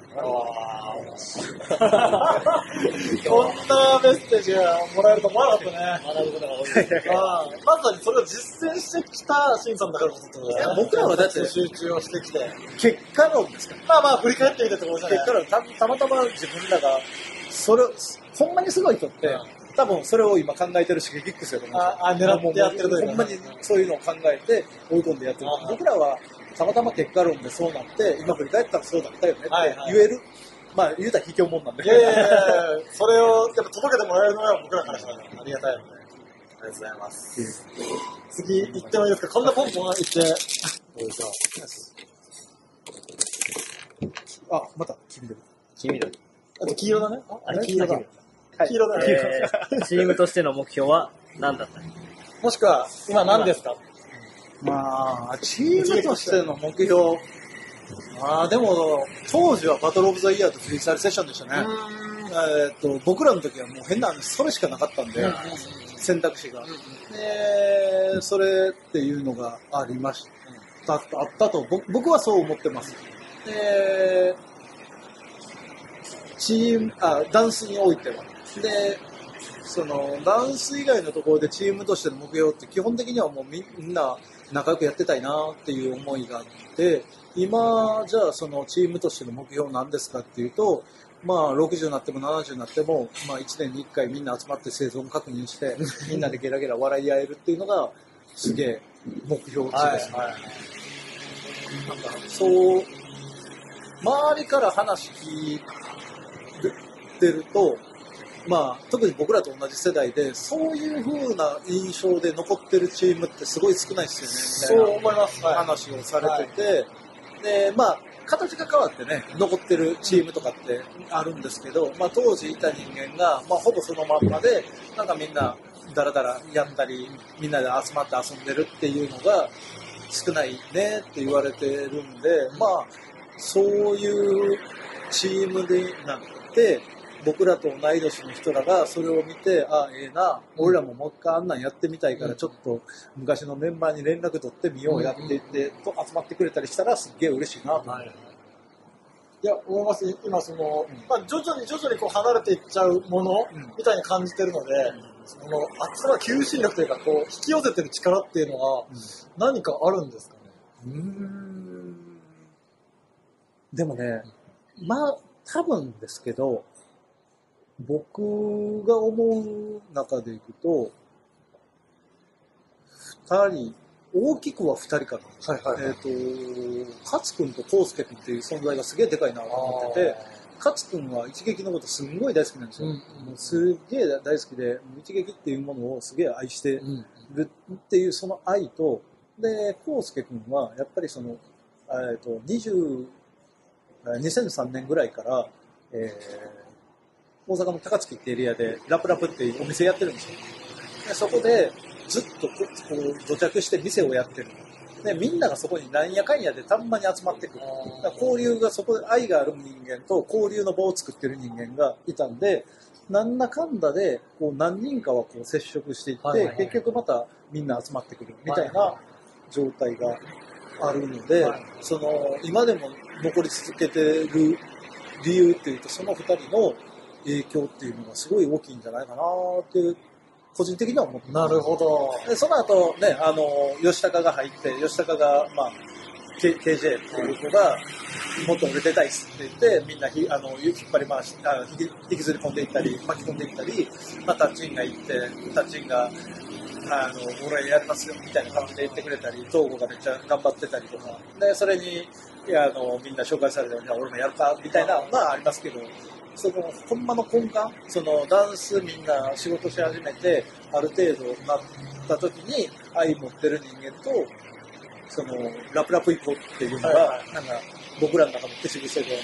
こんなメッセージがもらえると思わなかったね。 学ぶことが多い。 まさにそれを実践してきたシンさんだからこそってことだね。 僕らはだって集中をしてきて。 結果論ですから。 まあまあ振り返ってみてってことじゃない。 結果論たまたま自分らがそれほんまにすごい人って、多分それを今考えてるシゲキックスやと思うんですよ。 狙ってやってるというか。 ほんまにそういうのを考えて追い込んでやってる。僕らはたまたま結果論でそうなって、今振り返ったらそうだったよねって言える。まあ言うたら卑怯者なんで。 それをやっぱ届けてもらえるのが僕らからしたらありがたいので。ありがとうございます。次行ってもいいですか。こんなポンポン行って。 あ、また黄緑。 あと黄色だね。 あれ黄色だ。 黄色だね。 チームとしての目標は何だったの？ もしくは今何ですか？ まあチームとしての目標。でも当時はバトルオブザイヤーとフリースタイルセッションでしたね。僕らの時はもう変な話それしかなかったんで、選択肢が。でそれっていうのがありました。あったと僕はそう思ってます。でダンスにおいては。でそのダンス以外のところでチームとしての目標って基本的にはもうみんな仲良くやってたいなっていう思いがあって、今じゃあそのチームとしての目標なんですかっていうと、まあ60になっても70になっても、まあ1年に1回みんな集まって生存確認してみんなでゲラゲラ笑い合えるっていうのがすげえ目標値ですね。なんかそう周りから話聞いてると、まあ特に僕らと同じ世代でそういう風な印象で残ってるチームってすごい少ないですよねみたいな話をされてて、でまあ形が変わってね残ってるチームとかってあるんですけど、まあ当時いた人間がまあほぼそのまんまでなんかみんなダラダラやったりみんなで集まって遊んでるっていうのが少ないねって言われてるんで、まあそういうチームでなって僕らと同い年の人らがそれを見て、ええな、俺らももう一回あんなんやってみたいから、ちょっと昔のメンバーに連絡取ってみようやっていってと集まってくれたりしたらすっげえ嬉しいなと思って。 いや、思います。今徐々にこう離れていっちゃうものみたいに感じてるので、その熱さ求心力というか、こう引き寄せてる力っていうのは何かあるんですかね。 でもね、まあ多分ですけど。僕が思う中でいくと、大きくは2人かな。勝君と康介君っていう存在がすげえでかいなと思ってて、勝君は一撃のことすんごい大好きなんですよ。もうすげえ大好きで、一撃っていうものをすげえ愛してるっていうその愛と、で、康介君はやっぱりその、2003年ぐらいから、大阪の高槻ってエリアでラプラプっていうお店やってるんですよ。でそこでずっとこう土着して店をやってる。でみんながそこになんやかんやでたんまに集まってくる。だから交流がそこで愛がある人間と交流の場を作ってる人間がいたんで、なんだかんだでこう何人かはこう接触していって、結局またみんな集まってくるみたいな状態があるので、その今でも残り続けてる理由っていうとその2人の影響っていうのがすごい大きいんじゃないかなっていう個人的には思ってます。 なるほど。 でその後ね吉高が入って吉高がまあ KJ っていう子が、もっと俺出たいっすって言って、みんな引っ張り回し、引きずり込んでいったり、巻き込んでいったり、タッチンが行って、タッチンが、俺やりますよみたいな感じで言ってくれたり、東郷がめっちゃ頑張ってたりとか、で、それに、みんな紹介されたように、俺もやるか、みたいなのがありますけど、ほんまの根幹、ダンスみんな仕事し始めて、ある程度なった時に、愛持ってる人間と、ラプラプ行こうっていうのが、なんか、僕らの中の口癖で。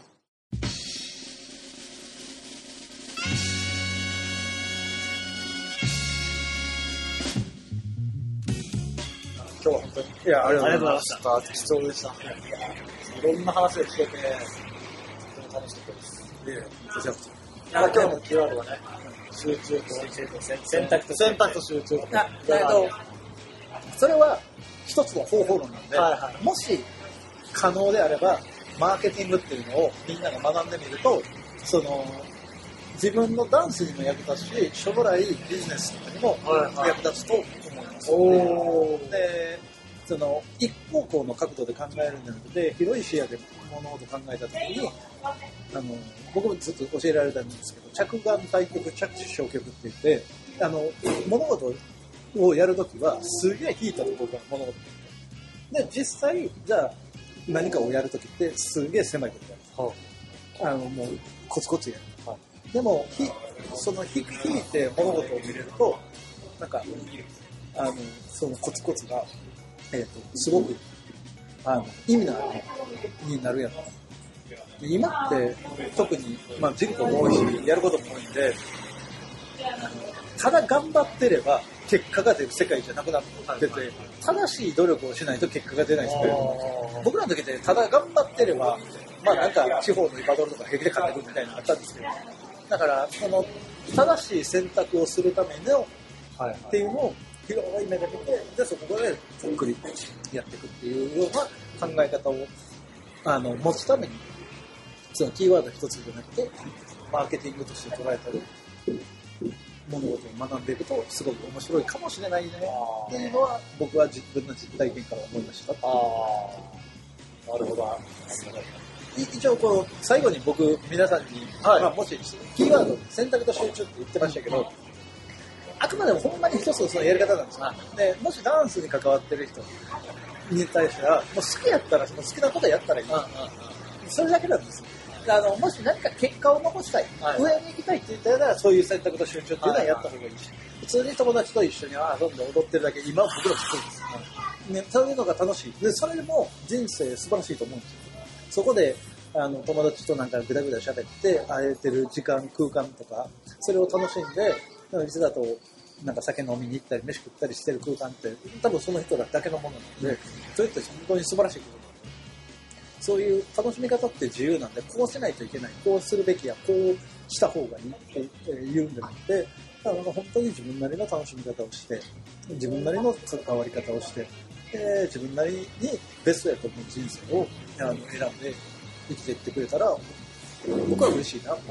今日は本当に。 いや、ありがとうございました。貴重でした。いろんな話を聞けて、とても楽しかったです。 こちらこそ。 今日のキーワードはね、集中と選択と集中と。 それは一つの方法論なんで、もし可能であれば、マーケティングっていうのをみんなが学んでみると、自分のダンスにも役立つし、将来ビジネスとかにも役立つと思います。で、一方向の角度で考えるんじゃなくて、広い視野で物事を考えたときに、僕もずっと教えられたんですけど、着眼対極、着地消極って言って、物事をやるときは、すげえ引いたところから物事で、実際、じゃあ、何かをやるときって、すげえ狭いことやる。もう、コツコツやる。でも、引いて物事を見れると、なんか、そのコツコツが、すごく、意味のあるになるやん。今って、特に、事故も多いし、やることも多いんで、ただ頑張ってれば、結果が出る世界じゃなくなってて、正しい努力をしないと結果が出ないんですけど、僕らの時って、ただ頑張ってれば、なんか地方のイバドルとか平気で勝てるみたいなのがあったんですけど、だから、正しい選択をするための、っていうのを広い目で見て、で、そこでざっくりやっていくっていうような考え方を持つために、そのキーワード一つじゃなくて、マーケティングとして捉えたり、物事を学んでいくと、すごく面白いかもしれないねっていうのは、僕は自分の実体験から思いました。 なるほど。 一応最後に僕皆さんに、もしキーワード選択と集中って言ってましたけど、あくまでもほんまに一つのそのやり方なんですよ。で、もしダンスに関わってる人に対しては、もう好きやったらその好きなことやったらいい。それだけなんですよ。もし何か結果を残したい、上に行きたいって言ったら、そういう選択と集中っていうのはやった方がいいし、普通に友達と一緒に遊んで踊ってるだけ、今僕らもそうです。そういうのが楽しい。で、それでも人生素晴らしいと思うんですよ。そこで友達となんかぐだぐだ喋って会えてる時間空間とかそれを楽しんでいつだとなんか酒飲みに行ったり飯食ったりしてる空間って多分その人らだけのものなので、それって本当に素晴らしいことなんで、そういう楽しみ方って自由なんで、こうしないといけない、こうするべきや、こうした方がいいって言うんじゃなくて、なんか本当に自分なりの楽しみ方をして自分なりの関わり方をして自分なりにベストやと思う人生を選んで生きていってくれたら僕は嬉しいな。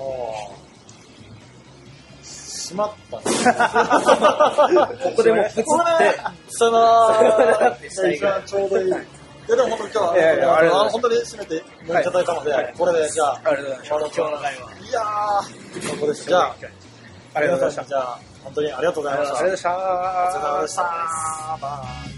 しまったね。 ここでもプツって一番ちょうどいい。でも本当に今日は本当に締めていただいたので、これでじゃあ今日の会話。 いやー、ここです。じゃあありがとうございました。 じゃあ本当にありがとうございました。 ありがとうございました。 お疲れ様でした。